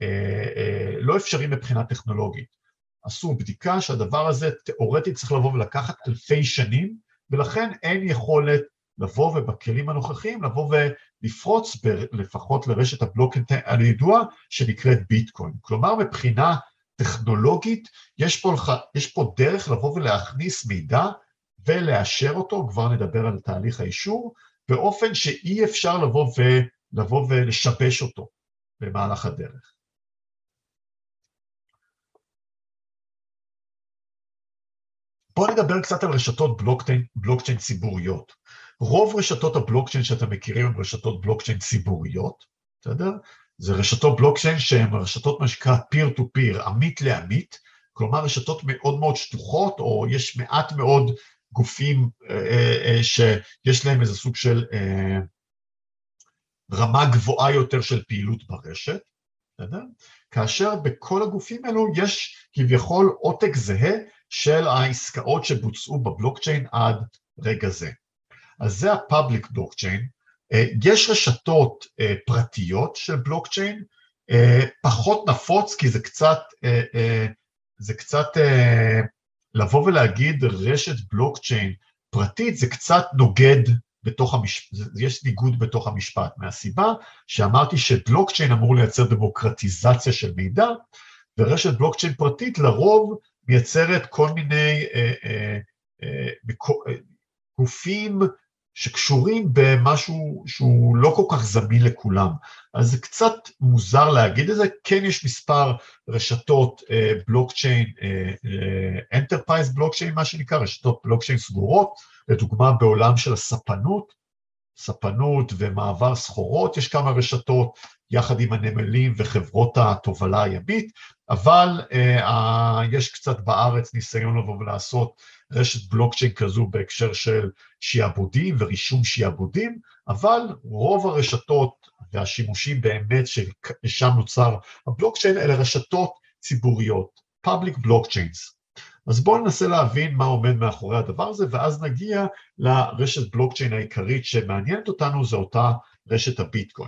לא אפשרי מבחינה טכנולוגית. עשו בדיקה שהדבר הזה תיאורטית צריך לבוא ולקחת אלפי שנים, ולכן אין יכולת לבוא ובכלים הנוכחיים, לבוא ולפרוץ לפחות לרשת הבלוקים הידועה שנקראת ביטקוין. כלומר, מבחינה טכנולוגית, יש פה, יש פה דרך לבוא ולהכניס מידע ולאשר אותו, כבר נדבר על תהליך האישור, באופן שאי אפשר לבוא, ו, לבוא ולשבש אותו במהלך הדרך. בואו נדבר קצת על רשתות בלוקצ'יין, בלוקצ'יין ציבוריות. רוב רשתות הבלוקצ'יין שאתם מכירים הן רשתות בלוקצ'יין ציבוריות, בסדר? זה רשתות בלוקצ'יין שהן רשתות מה שנקרא peer to peer, עמית לעמית, כלומר רשתות מאוד מאוד שטוחות, או יש מעט מאוד גופים אה, אה, שיש להם איזה סוג של אה, רמה גבוהה יותר של פעילות ברשת, בסדר? כאשר בכל הגופים האלו יש כביכול עותק זהה של העסקאות שבוצעו בבלוקצ'יין עד רגע זה. אז זה ה-public blockchain. יש רשתות פרטיות של בלוקצ'יין, פחות נפוץ כי זה קצת, זה קצת לבוא ולהגיד רשת בלוקצ'יין פרטית, זה קצת נוגד בתוך המשפט, יש ניגוד בתוך המשפט, מהסיבה שאמרתי שבלוקצ'יין אמור לייצר דמוקרטיזציה של מידע, ורשת בלוקצ'יין פרטית לרוב מייצרת כל מיני אה, אה, אה, גופים שקשורים במשהו שהוא לא כל כך זמין לכולם. אז זה קצת מוזר להגיד את זה, כן יש מספר רשתות אה, בלוקצ'יין, אנטרפרייז אה, בלוקצ'יין, מה שנקרא, רשתות בלוקצ'יין סגורות, לדוגמה בעולם של הספנות, ספנות ומעבר סחורות, יש כמה רשתות יחד עם הנמלים וחברות התובלה הימית, אבל אה, יש קצת בארץ ניסיון לבוא ולעשות רשת בלוקצ'יין כזו בהקשר של שיעבודים ורישום שיעבודים, אבל רוב הרשתות והשימושים באמת ששם נוצר הבלוקצ'יין אלה רשתות ציבוריות, public blockchains. אז בואו ננסה להבין מה עומד מאחורי הדבר הזה, ואז נגיע לרשת בלוקצ'יין העיקרית שמעניינת אותנו, זה אותה רשת הביטקוין.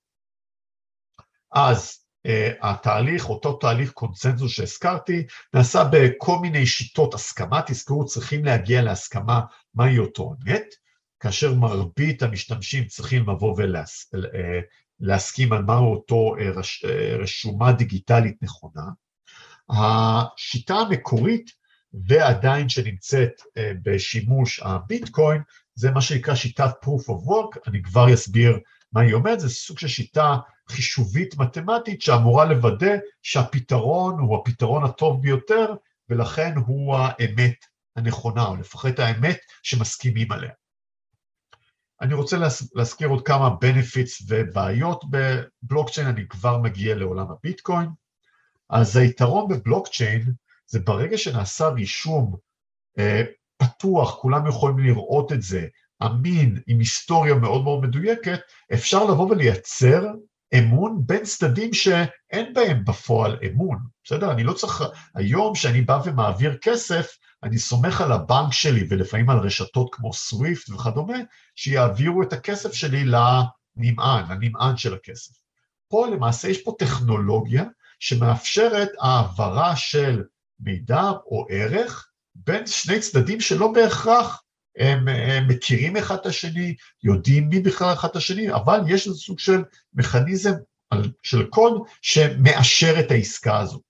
אז uh, התהליך, אותו תהליך קונצנזוס שהזכרתי, נעשה בכל מיני שיטות הסכמה, תזכרו, צריכים להגיע להסכמה מהי אותו אמת, כאשר מרבית המשתמשים צריכים לבוא ולהסכים על מהו אותו רש, רשומה דיגיטלית נכונה. השיטה המקורית ועדיין שנמצאת בשימוש הביטקוין, זה מה שנקרא שיטת proof of work, אני כבר אסביר מה היא אומרת, זה סוג של שיטה חישובית מתמטית שאמורה לוודא שהפתרון הוא הפתרון הטוב ביותר, ולכן הוא האמת הנכונה, או לפחות האמת שמסכימים עליה. אני רוצה להזכיר עוד כמה benefits ובעיות בבלוקצ'יין, אני כבר מגיע לעולם הביטקוין. אז היתרון בבלוקצ'יין זה ברגע שנעשה רישום אה, פתוח, כולם יכולים לראות את זה, אמין, עם היסטוריה מאוד מאוד מדויקת, אפשר לבוא ולייצר אמון בין צדדים שאין בהם בפועל אמון, בסדר? אני לא צריך, היום שאני בא ומעביר כסף, אני סומך על הבנק שלי, ולפעמים על רשתות כמו סוויפט וכדומה, שיעבירו את הכסף שלי לנמען, לנמען של הכסף. פה למעשה יש פה טכנולוגיה, שמאפשרת העברה של מידע או ערך, בין שני צדדים שלא בהכרח הם, הם מכירים אחד את השני, יודעים מי בכלל אחד את השני, אבל יש איזה סוג של מכניזם של קוד שמאשר את העסקה הזו.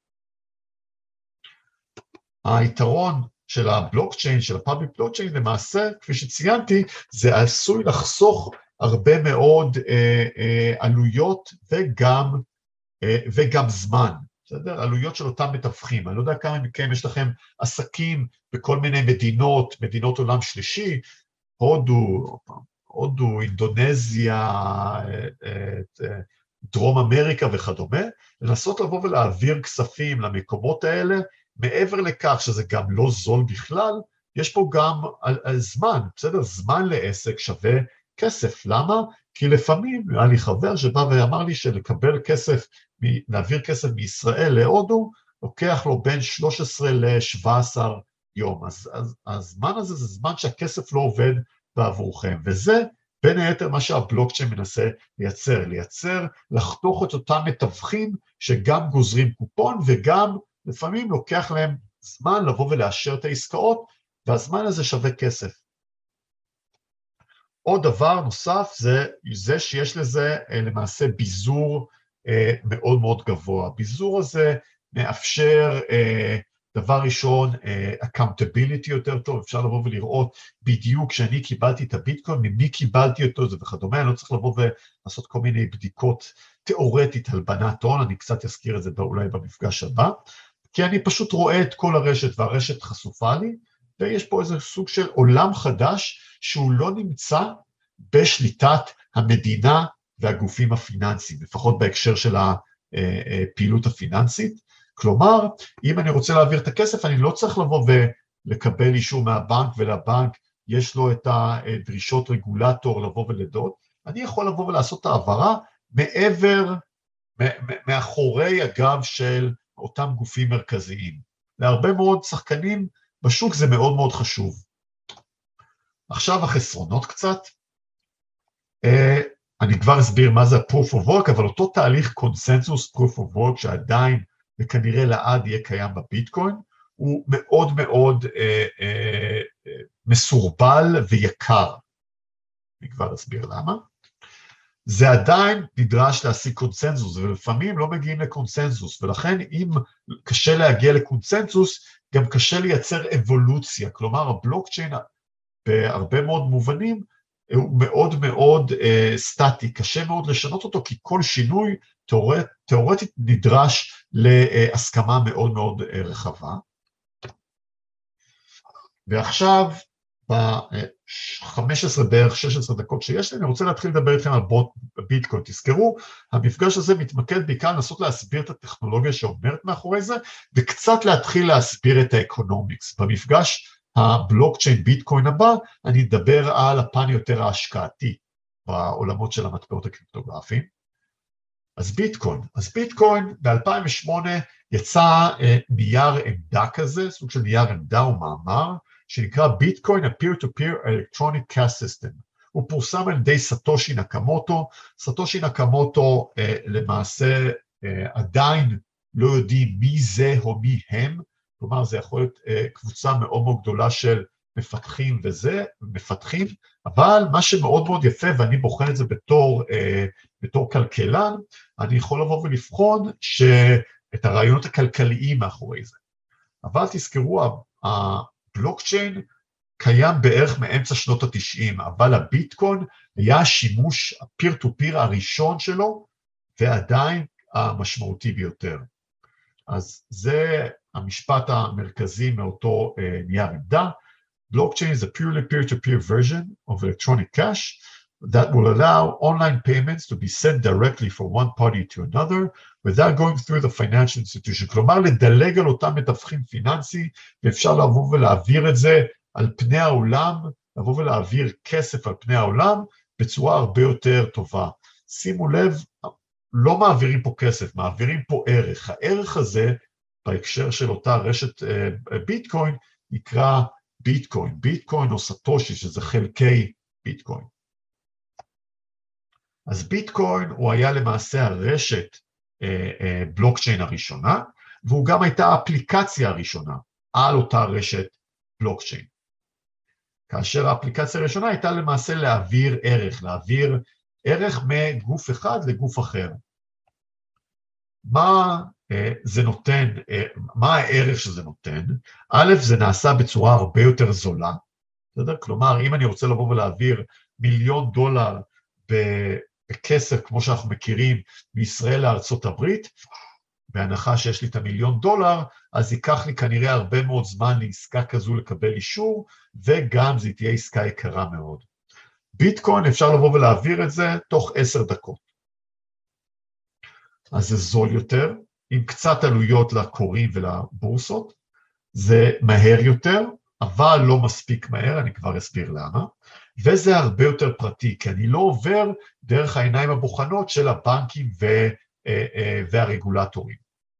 היתרון של הבלוקצ'יין, של הפאבליק בלוקצ'יין, למעשה, כפי שציינתי, זה עשוי לחסוך הרבה מאוד אה, אה, עלויות וגם, אה, וגם זמן. בסדר? עלויות של אותם מתווכים. אני לא יודע כמה מכם יש לכם עסקים בכל מיני מדינות, מדינות עולם שלישי, הודו, הודו, אינדונזיה, דרום אמריקה וכדומה, לנסות לבוא ולהעביר כספים למקומות האלה, מעבר לכך שזה גם לא זול בכלל, יש פה גם על, על זמן, בסדר? זמן לעסק שווה כסף. למה? כי לפעמים, היה לי חבר שבא ואמר לי שלקבל כסף, להעביר כסף מישראל להודו, לוקח לו בין שלוש עשרה ל-שבע עשרה יום. אז, אז הזמן הזה זה זמן שהכסף לא עובד בעבורכם, וזה בין היתר מה שהבלוקצ'יין מנסה לייצר, לייצר, לחתוך את אותם מתווכים שגם גוזרים קופון, וגם לפעמים לוקח להם זמן לבוא ולאשר את העסקאות, והזמן הזה שווה כסף. עוד דבר נוסף זה, זה שיש לזה למעשה ביזור אה, מאוד מאוד גבוה. ביזור הזה מאפשר אה, דבר ראשון, אה, accountability יותר טוב, אפשר לבוא ולראות בדיוק שאני קיבלתי את הביטקוין, ממי קיבלתי אותו זה וכדומה, אני לא צריך לבוא ולעשות כל מיני בדיקות תיאורטית הלבנת הון, אני קצת אזכיר את זה אולי במפגש הבא, כי אני פשוט רואה את כל הרשת והרשת חשופה לי, ויש פה איזה סוג של עולם חדש שהוא לא נמצא בשליטת המדינה והגופים הפיננסיים, לפחות בהקשר של הפעילות הפיננסית. כלומר, אם אני רוצה להעביר את הכסף, אני לא צריך לבוא ולקבל אישור מהבנק, ולבנק יש לו את הדרישות רגולטור לבוא ולדות, אני יכול לבוא ולעשות את העברה מעבר, מאחורי הגב של אותם גופים מרכזיים. להרבה מאוד שחקנים בשוק זה מאוד מאוד חשוב. עכשיו החסרונות קצת, אני כבר אסביר מה זה ה-Proof of Work, אבל אותו תהליך קונסנזוס Proof of Work שעדיין וכנראה לעד יהיה קיים בביטקוין, הוא מאוד מאוד אה, אה, מסורבל ויקר. אני כבר אסביר למה. זה עדיין נדרש להשיג קונסנזוס, ולפעמים לא מגיעים לקונסנזוס, ולכן אם קשה להגיע לקונסנזוס, גם קשה לייצר אבולוציה, כלומר הבלוקצ'יין בהרבה מאוד מובנים, הוא מאוד מאוד אה, סטטי, קשה מאוד לשנות אותו, כי כל שינוי תיאורט, תיאורטית נדרש להסכמה מאוד מאוד אה, רחבה. ועכשיו, ב-חמש עשרה בערך שש עשרה דקות שיש לי, אני רוצה להתחיל לדבר איתכם על ביטקוין. תזכרו, המפגש הזה מתמקד בעיקר לנסות להסביר את הטכנולוגיה שעומדת מאחורי זה, וקצת להתחיל להסביר את האקונומיקס. במפגש הבלוקצ'יין ביטקוין הבא, אני אדבר על הפן יותר ההשקעתי בעולמות של המטבעות הקריפטוגרפיים. אז ביטקוין, אז ביטקוין ב-אלפיים ושמונה יצא אה, נייר עמדה כזה, סוג של נייר עמדה או מאמר, שנקרא ביטקוין, a peer-to-peer electronic cash system. הוא פורסם על ידי סטושי נקמוטו, סטושי נקמוטו אה, למעשה אה, עדיין לא יודעים מי זה או מי הם, כלומר, זה יכול להיות uh, קבוצה מאוד מאוד גדולה של מפתחים וזה, מפתחים, אבל מה שמאוד מאוד יפה, ואני בוחן את זה בתור, uh, בתור כלכלן, אני יכול לבוא ולבחון את הרעיונות הכלכליים מאחורי זה. אבל תזכרו, הבלוקצ'יין קיים בערך מאמצע שנות ה-תשעים, אבל הביטקוין היה השימוש ה-peer-to-peer הראשון שלו, ועדיין המשמעותי ביותר. אז זה המשפט המרכזי מאותו uh, נייר עמדה. Blockchain is a purely peer-to-peer version of electronic cash. that will allow online payments to be sent directly from one party to another, without going through the financial institution. כלומר, לדלג על אותם מתווכים פיננסי, ואפשר לבוא ולהעביר את זה על פני העולם, לבוא ולהעביר כסף על פני העולם, בצורה הרבה יותר טובה. שימו לב, לא מעבירים פה כסף, מעבירים פה ערך. הערך הזה, בהקשר של אותה רשת ביטקוין, נקרא ביטקוין. ביטקוין או סטושי, שזה חלקי ביטקוין. אז ביטקוין הוא היה למעשה הרשת בלוקצ'יין הראשונה, והוא גם הייתה האפליקציה הראשונה על אותה רשת בלוקצ'יין. כאשר האפליקציה הראשונה הייתה למעשה להעביר ערך, להעביר ערך מגוף אחד לגוף אחר. מה זה נותן, מה הערך שזה נותן? א', זה נעשה בצורה הרבה יותר זולה, בסדר? כלומר, אם אני רוצה לבוא ולהעביר מיליון דולר בכסף, כמו שאנחנו מכירים, מישראל לארצות הברית, בהנחה שיש לי את המיליון דולר, אז ייקח לי כנראה הרבה מאוד זמן לעסקה כזו לקבל אישור, וגם זה תהיה עסקה יקרה מאוד. ביטקוין אפשר לבוא ולהעביר את זה תוך עשר דקות. אז זה זול יותר, עם קצת עלויות לקוראים ולבורסות, זה מהר יותר, אבל לא מספיק מהר, אני כבר אסביר למה, וזה הרבה יותר פרטי, כי אני לא עובר דרך העיניים הבוחנות של הבנקים והרגולטורים.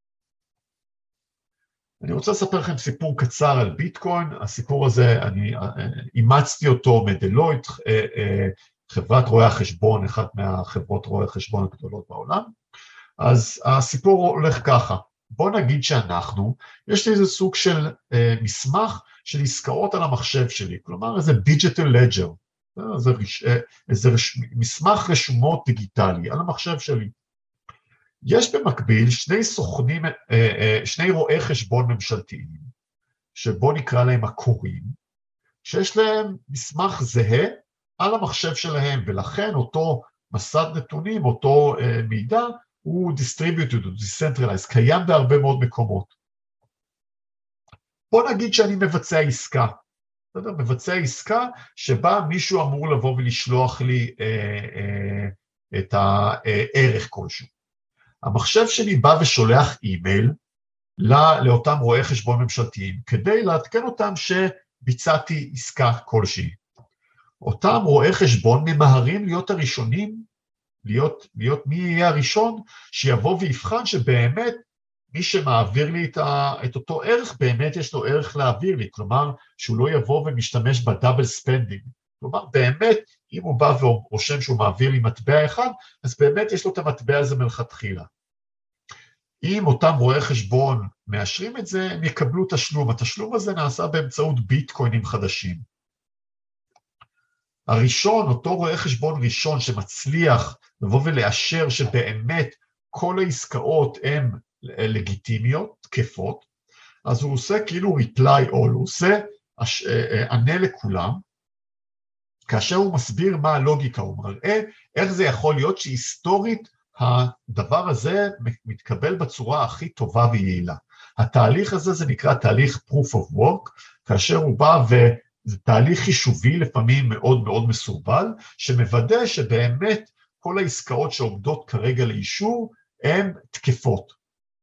אני רוצה לספר לכם סיפור קצר על ביטקוין, הסיפור הזה, אני אימצתי אותו מדלויט, חברת רואי החשבון, אחת מהחברות רואי החשבון הגדולות בעולם, אז הסיפור הולך ככה, בוא נגיד שאנחנו, יש לי איזה סוג של מסמך של עסקאות על המחשב שלי, כלומר איזה digital ledger, איזה, איזה מסמך רשומות דיגיטלי על המחשב שלי. יש במקביל שני סוכנים, שני רואי חשבון ממשלתיים, שבו נקרא להם הקוראים, שיש להם מסמך זהה על המחשב שלהם, ולכן אותו מסד נתונים, אותו מידע, הוא distributed, הוא decentralized, קיים בהרבה מאוד מקומות. בוא נגיד שאני מבצע עסקה, בסדר? מבצע עסקה שבה מישהו אמור לבוא ולשלוח לי אה, אה, את הערך כלשהו. המחשב שלי בא ושולח אימייל לא, לאותם רואי חשבון ממשלתיים, כדי לעדכן אותם שביצעתי עסקה כלשהי. אותם רואי חשבון ממהרים להיות הראשונים, להיות, להיות מי יהיה הראשון, שיבוא ויבחן שבאמת מי שמעביר לי את, ה, את אותו ערך, באמת יש לו ערך להעביר לי, כלומר שהוא לא יבוא ומשתמש בדאבל ספנדינג. כלומר, באמת, אם הוא בא ורושם שהוא מעביר לי מטבע אחד, אז באמת יש לו את המטבע הזה מלכתחילה. אם אותם רואי חשבון מאשרים את זה, הם יקבלו תשלום. התשלום הזה נעשה באמצעות ביטקוינים חדשים. הראשון, אותו רואה חשבון ראשון שמצליח לבוא ולאשר שבאמת כל העסקאות הן לגיטימיות, תקפות, אז הוא עושה כאילו reply all, הוא עושה ענה לכולם, כאשר הוא מסביר מה הלוגיקה, הוא מראה איך זה יכול להיות שהיסטורית הדבר הזה מתקבל בצורה הכי טובה ויעילה. התהליך הזה זה נקרא תהליך proof of work, כאשר הוא בא וזה תהליך חישובי לפעמים מאוד מאוד מסורבל, שמוודא שבאמת כל העסקאות שעומדות כרגע לאישור הן תקפות.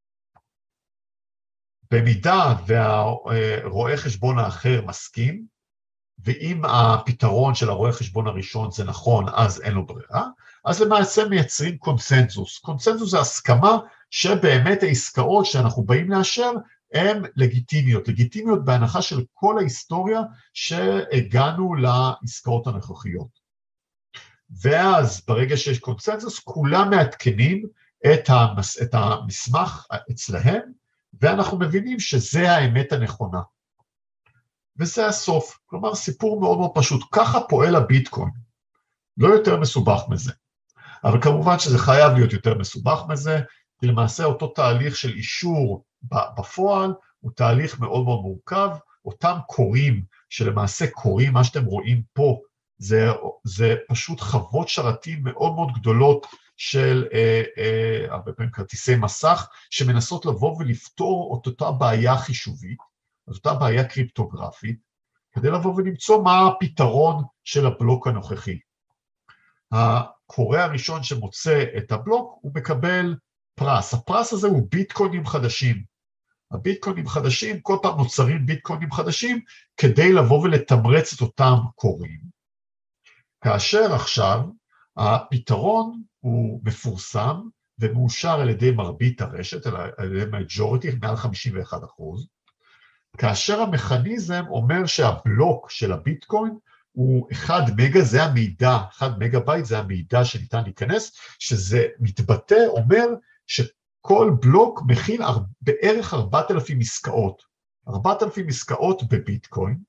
במידה והרואה חשבון האחר מסכים, ואם הפתרון של הרואה חשבון הראשון זה נכון, אז אין לו ברירה, אז למעשה מייצרים קונסנזוס. קונסנזוס זה הסכמה שבאמת העסקאות שאנחנו באים לאשר הן לגיטימיות. לגיטימיות בהנחה של כל ההיסטוריה שהגענו לעסקאות הנוכחיות. ואז ברגע שיש קונסנזוס, כולם מעדכנים את, המס, את המסמך אצלהם, ואנחנו מבינים שזה האמת הנכונה. וזה הסוף. כלומר, סיפור מאוד מאוד פשוט. ככה פועל הביטקוין. לא יותר מסובך מזה. אבל כמובן שזה חייב להיות יותר מסובך מזה, כי למעשה אותו תהליך של אישור בפועל, הוא תהליך מאוד מאוד מורכב. אותם קוראים, שלמעשה קוראים, מה שאתם רואים פה, זה, זה פשוט חוות שרתים מאוד מאוד גדולות, של אה, אה, הרבה פעמים כרטיסי מסך, שמנסות לבוא ולפתור את אותה בעיה חישובית, את אותה בעיה קריפטוגרפית, כדי לבוא ולמצוא מה הפתרון של הבלוק הנוכחי. הקורא הראשון שמוצא את הבלוק, הוא מקבל פרס. הפרס הזה הוא ביטקוינים חדשים. הביטקוינים חדשים, כל פעם נוצרים ביטקוינים חדשים, כדי לבוא ולתמרץ את אותם קוראים. כאשר עכשיו, הפתרון הוא מפורסם, ומאושר על ידי מרבית הרשת, על ידי מג'וריטי, מעל חמישים ואחד אחוז, כאשר המכניזם אומר שהבלוק של הביטקוין הוא אחד מגה, זה המידע, אחד מגה בייט זה המידע שניתן להיכנס, שזה מתבטא, אומר שכל בלוק מכיל בערך ארבעת אלפים עסקאות, ארבעת אלפים עסקאות בביטקוין.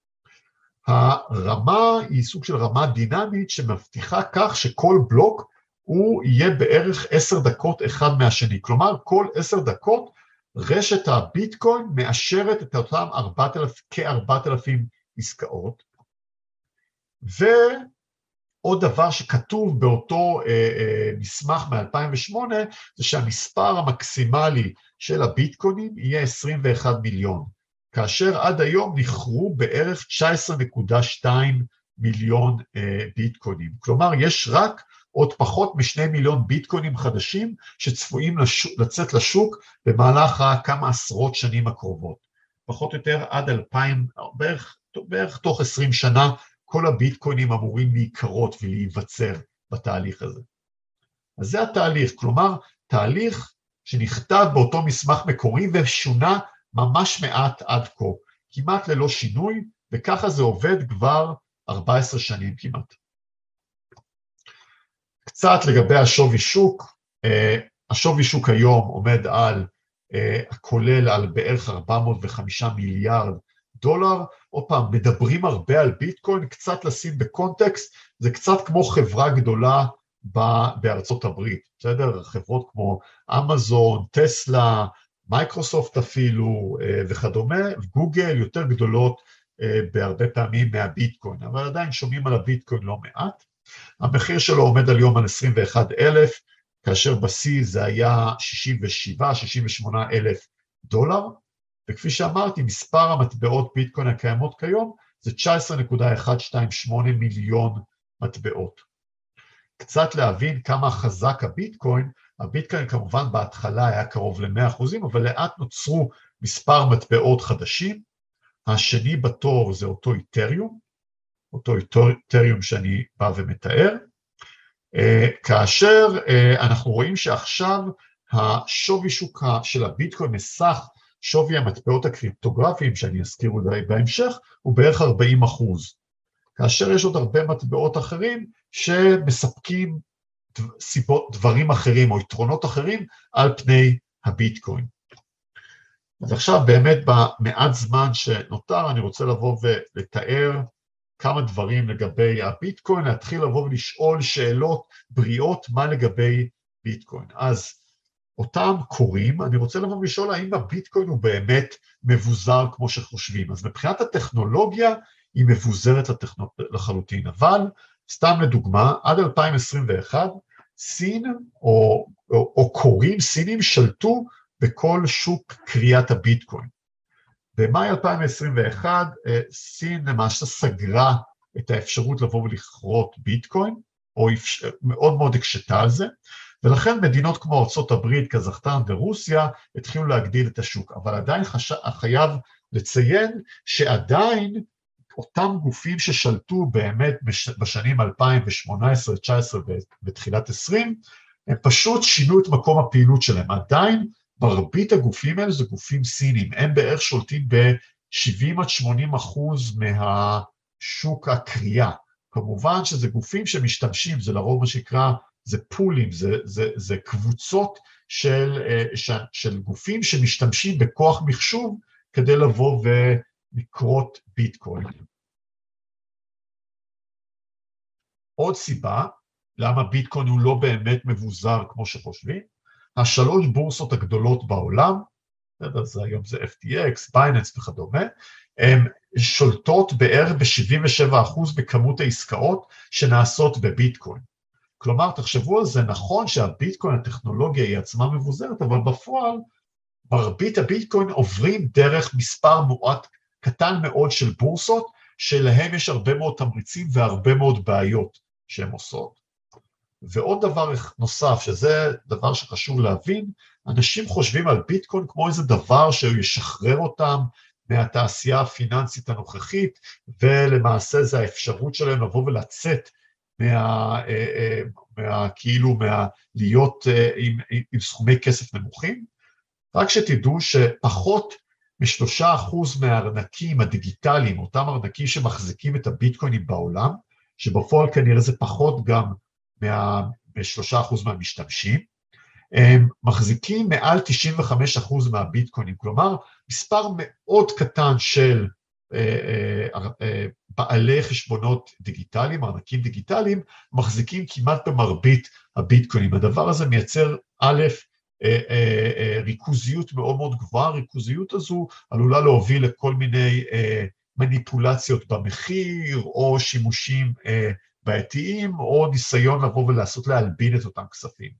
הרמה היא סוג של רמה דינמית שמבטיחה כך שכל בלוק הוא יהיה בערך עשר דקות אחד מהשני, כלומר כל עשר דקות רשת הביטקוין מאשרת את אותם כ-ארבעת אלפים עסקאות, ועוד דבר שכתוב באותו אה, אה, מסמך מ-אלפיים ושמונה, זה שהמספר המקסימלי של הביטקוינים יהיה עשרים ואחד מיליון, כאשר עד היום נכרו בערך תשע עשרה נקודה שתיים מיליון אה, ביטקוינים, כלומר יש רק עוד פחות משני מיליון ביטקוינים חדשים שצפויים לשוק, לצאת לשוק במהלך כמה עשרות שנים הקרובות. פחות או יותר עד אלפיים, בערך, בערך תוך עשרים שנה, כל הביטקוינים אמורים להיקרות ולהיווצר בתהליך הזה. אז זה התהליך, כלומר, תהליך שנכתב באותו מסמך מקורי ושונה ממש מעט עד כה, כמעט ללא שינוי, וככה זה עובד כבר ארבע עשרה שנים כמעט. קצת לגבי השווי שוק, השווי שוק היום עומד על, הכולל על בערך ארבע מאות וחמישה מיליארד דולר, עוד פעם, מדברים הרבה על ביטקוין, קצת לשים בקונטקסט, זה קצת כמו חברה גדולה בארצות הברית, בסדר? חברות כמו אמזון, טסלה, מייקרוסופט אפילו וכדומה, גוגל יותר גדולות בהרבה פעמים מהביטקוין, אבל עדיין שומעים על הביטקוין לא מעט. המחיר שלו עומד על יום על עשרים ואחד אלף, כאשר בשיא זה היה שישים ושבעה שישים ושמונה אלף דולר, וכפי שאמרתי, מספר המטבעות ביטקוין הקיימות כיום, זה תשע עשרה נקודה אחת שתיים שמונה מיליון מטבעות. קצת להבין כמה חזק הביטקוין, הביטקוין כמובן בהתחלה היה קרוב ל-מאה אחוזים, אבל לאט נוצרו מספר מטבעות חדשים, השני בתור זה אותו איתריום, אותו איתריום שאני בא ומתאר, כאשר אנחנו רואים שעכשיו השווי שוק של הביטקוין מסך שווי המטבעות הקריפטוגרפיים, שאני אזכיר אולי בהמשך, הוא בערך ארבעים אחוז, כאשר יש עוד הרבה מטבעות אחרים שמספקים סיבות, דברים אחרים או יתרונות אחרים על פני הביטקוין. אז עכשיו באמת במעט זמן שנותר אני רוצה לבוא ולתאר כמה דברים לגבי הביטקוין, להתחיל לבוא ולשאול שאלות בריאות מה לגבי ביטקוין. אז אותם קוראים, אני רוצה לבוא ולשאול האם הביטקוין הוא באמת מבוזר כמו שחושבים. אז מבחינת הטכנולוגיה היא מבוזרת לחלוטין, אבל סתם לדוגמה, עד אלפיים עשרים ואחת, סין או, או, או קוראים סינים שלטו בכל שוק קריאת הביטקוין. במאי אלפיים עשרים ואחת, סין למעשה סגרה את האפשרות לבוא ולכרות ביטקוין, או מאוד מאוד הקשתה על זה, ולכן מדינות כמו ארצות הברית, קזחסטן ורוסיה התחילו להגדיל את השוק, אבל עדיין חש... חייב לציין שעדיין אותם גופים ששלטו באמת בשנים אלפיים ושמונה עשרה תשע עשרה ותחילת עשרים, הם פשוט שינו את מקום הפעילות שלהם, עדיין מרבית הגופים האלה זה גופים סינים, הם בערך שולטים ב-שבעים עד שמונים אחוז מהשוק הקריאה, כמובן שזה גופים שמשתמשים, זה לרוב מה שנקרא, זה פולים, זה, זה, זה קבוצות של, של גופים שמשתמשים בכוח מחשוב כדי לבוא ולקרות ביטקוין. עוד סיבה, למה ביטקוין הוא לא באמת מבוזר כמו שחושבים, השלוש בורסות הגדולות בעולם, אז היום זה אף טי אקס, בייננס וכדומה, הן שולטות בערך ב-שבעים ושבעה אחוז בכמות העסקאות שנעשות בביטקוין. כלומר, תחשבו על זה, נכון שהביטקוין, הטכנולוגיה היא עצמה מבוזרת, אבל בפועל, מרבית הביטקוין עוברים דרך מספר מועט קטן מאוד של בורסות, שלהם יש הרבה מאוד תמריצים והרבה מאוד בעיות שהן עושות. ועוד דבר נוסף, שזה דבר שחשוב להבין, אנשים חושבים על ביטקוין כמו איזה דבר שהוא ישחרר אותם מהתעשייה הפיננסית הנוכחית, ולמעשה זה האפשרות שלהם לבוא ולצאת מה, מה, כאילו, מה, להיות עם, עם סכומי כסף נמוכים. רק שתדעו שפחות משלושה אחוז מהארנקים הדיגיטליים, אותם ארנקים שמחזיקים את הביטקוינים בעולם, שבפועל כנראה זה פחות גם משלושה אחוז מהמשתמשים, הם מחזיקים מעל תשעים וחמישה אחוז מהביטקוינים, כלומר, מספר מאוד קטן של אה, אה, אה, בעלי חשבונות דיגיטליים, ארנקים דיגיטליים, מחזיקים כמעט במרבית הביטקוינים. הדבר הזה מייצר א', אה, אה, אה, ריכוזיות מאוד מאוד גבוהה, הריכוזיות הזו עלולה להוביל לכל מיני אה, מניפולציות במחיר, או שימושים אה, בעייתיים, או ניסיון לבוא ולעשות להלבין את אותם כספים.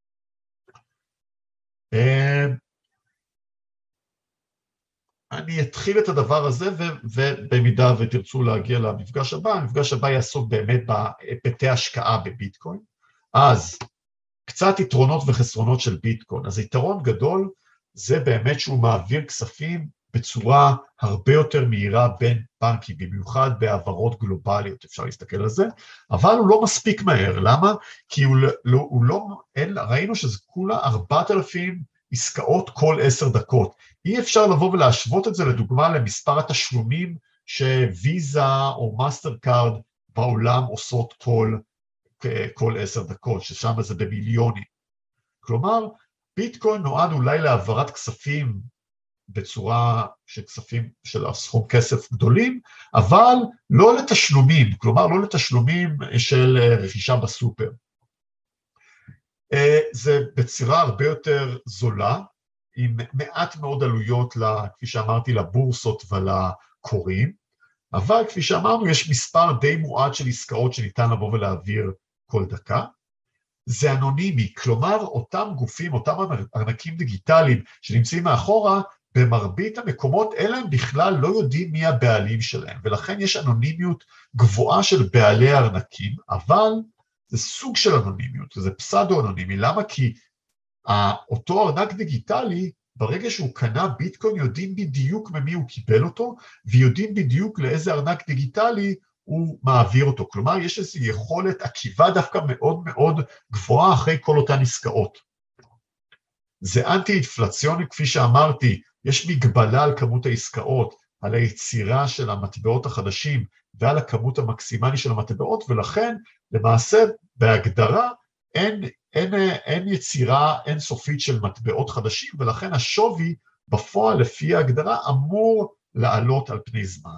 אני אתחיל את הדבר הזה, ובמידה ותרצו להגיע למפגש הבא, המפגש הבא יעסוק באמת בהיבטי השקעה בביטקוין. אז קצת יתרונות וחסרונות של ביטקוין. אז יתרון גדול זה באמת שהוא מעביר כספים בצורה הרבה יותר מהירה בין בנקים, במיוחד בעברות גלובליות, אפשר להסתכל על זה, אבל הוא לא מספיק מהר. למה? כי הוא לא, הוא לא, אין, ראינו שזה כולה ארבעת אלפים עסקאות כל עשר דקות. אי אפשר לבוא ולהשוות את זה לדוגמה למספר התשלומים שוויזה או מאסטר קארד בעולם עושות כל, כל עשר דקות, ששם זה במיליונים. כלומר, ביטקוין נועד אולי להעברת כספים, בצורה של כספים, של סכום כסף גדולים, אבל לא לתשלומים, כלומר לא לתשלומים של רכישה בסופר. זה בצורה הרבה יותר זולה, עם מעט מאוד עלויות, כפי שאמרתי, לבורסות ולקוראים, אבל כפי שאמרנו, יש מספר די מועט של עסקאות שניתן לבוא ולהעביר כל דקה. זה אנונימי, כלומר אותם גופים, אותם ארנקים דיגיטליים שנמצאים מאחורה, במרבית המקומות אלה הם בכלל לא יודעים מי הבעלים שלהם, ולכן יש אנונימיות גבוהה של בעלי הארנקים, אבל זה סוג של אנונימיות, זה פסאודו-אנונימי. למה? כי אותו ארנק דיגיטלי, ברגע שהוא קנה ביטקוין, יודעים בדיוק ממי הוא קיבל אותו, ויודעים בדיוק לאיזה ארנק דיגיטלי הוא מעביר אותו. כלומר, יש איזו יכולת עקיבה דווקא מאוד מאוד גבוהה אחרי כל אותן עסקאות. זה אנטי-אינפלציוני, כפי שאמרתי, יש מגבלה על כמות העסקאות, על היצירה של המטבעות החדשים, ועל הכמות המקסימלי של המטבעות, ולכן למעשה בהגדרה אין, אין, אין יצירה אינסופית של מטבעות חדשים, ולכן השווי בפועל לפי ההגדרה אמור לעלות על פני זמן.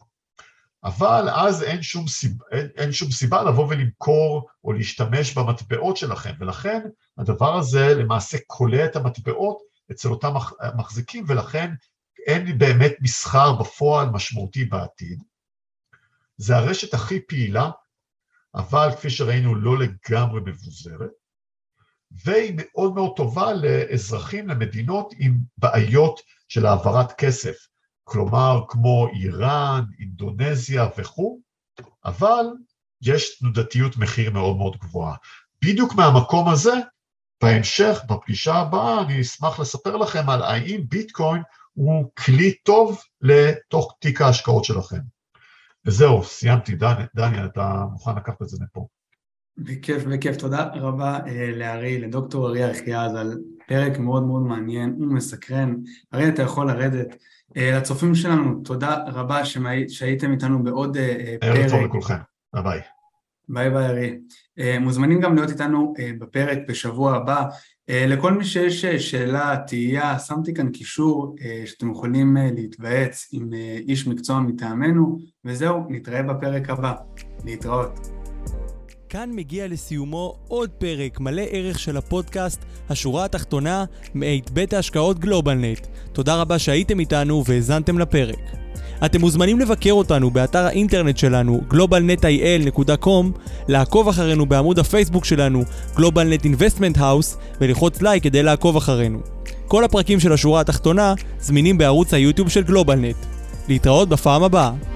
אבל אז אין שום סיבה, אין, אין שום סיבה לבוא ולמכור או להשתמש במטבעות שלכם, ולכן הדבר הזה למעשה קולע את המטבעות אצל אותם מחזיקים, ולכן אין באמת מסחר בפועל משמעותי בעתיד. זה הרשת הכי פעילה, אבל כפי שראינו לא לגמרי מבוזרת, והיא מאוד מאוד טובה לאזרחים, למדינות עם בעיות של העברת כסף, כלומר כמו איראן, אינדונזיה וכו', אבל יש תנודתיות מחיר מאוד מאוד גבוהה. בדיוק מהמקום הזה, בהמשך, בפגישה הבאה, אני אשמח לספר לכם על האם ביטקוין הוא כלי טוב לתוך תיק ההשקעות שלכם. וזהו, סיימתי. דניאל, אתה מוכן לקחת את זה מפה. בכיף, בכיף. תודה רבה לארי, לדוקטור ארי אחיעז, על פרק מאוד מאוד מעניין ומסקרן. ארי, אתה יכול לרדת. לצופים שלנו, תודה רבה שהייתם איתנו בעוד פרק. ערב טוב לכולכם. ביי ביי. ביי ביי, ארי. מוזמנים גם להיות איתנו בפרק בשבוע הבא. לכל מי שיש שאלה, תהייה, שמתי כאן קישור שאתם יכולים להתוועץ עם איש מקצוע מטעמנו, וזהו, נתראה בפרק הבא. להתראות. כאן מגיע לסיומו עוד פרק מלא ערך של הפודקאסט השורה התחתונה מאת בית ההשקעות גלובלנט. תודה רבה שהייתם איתנו והזנתם לפרק. אתם מוזמנים לבקר אותנו באתר האינטרנט שלנו גלובל נט איי אל נקודה קום, לעקוב אחרינו בעמוד הפייסבוק שלנו GlobalNet Investment House ולחוץ לייק כדי לעקוב אחרינו. כל הפרקים של השורה התחתונה זמינים בערוץ היוטיוב של גלובלנט. להתראות בפעם הבאה.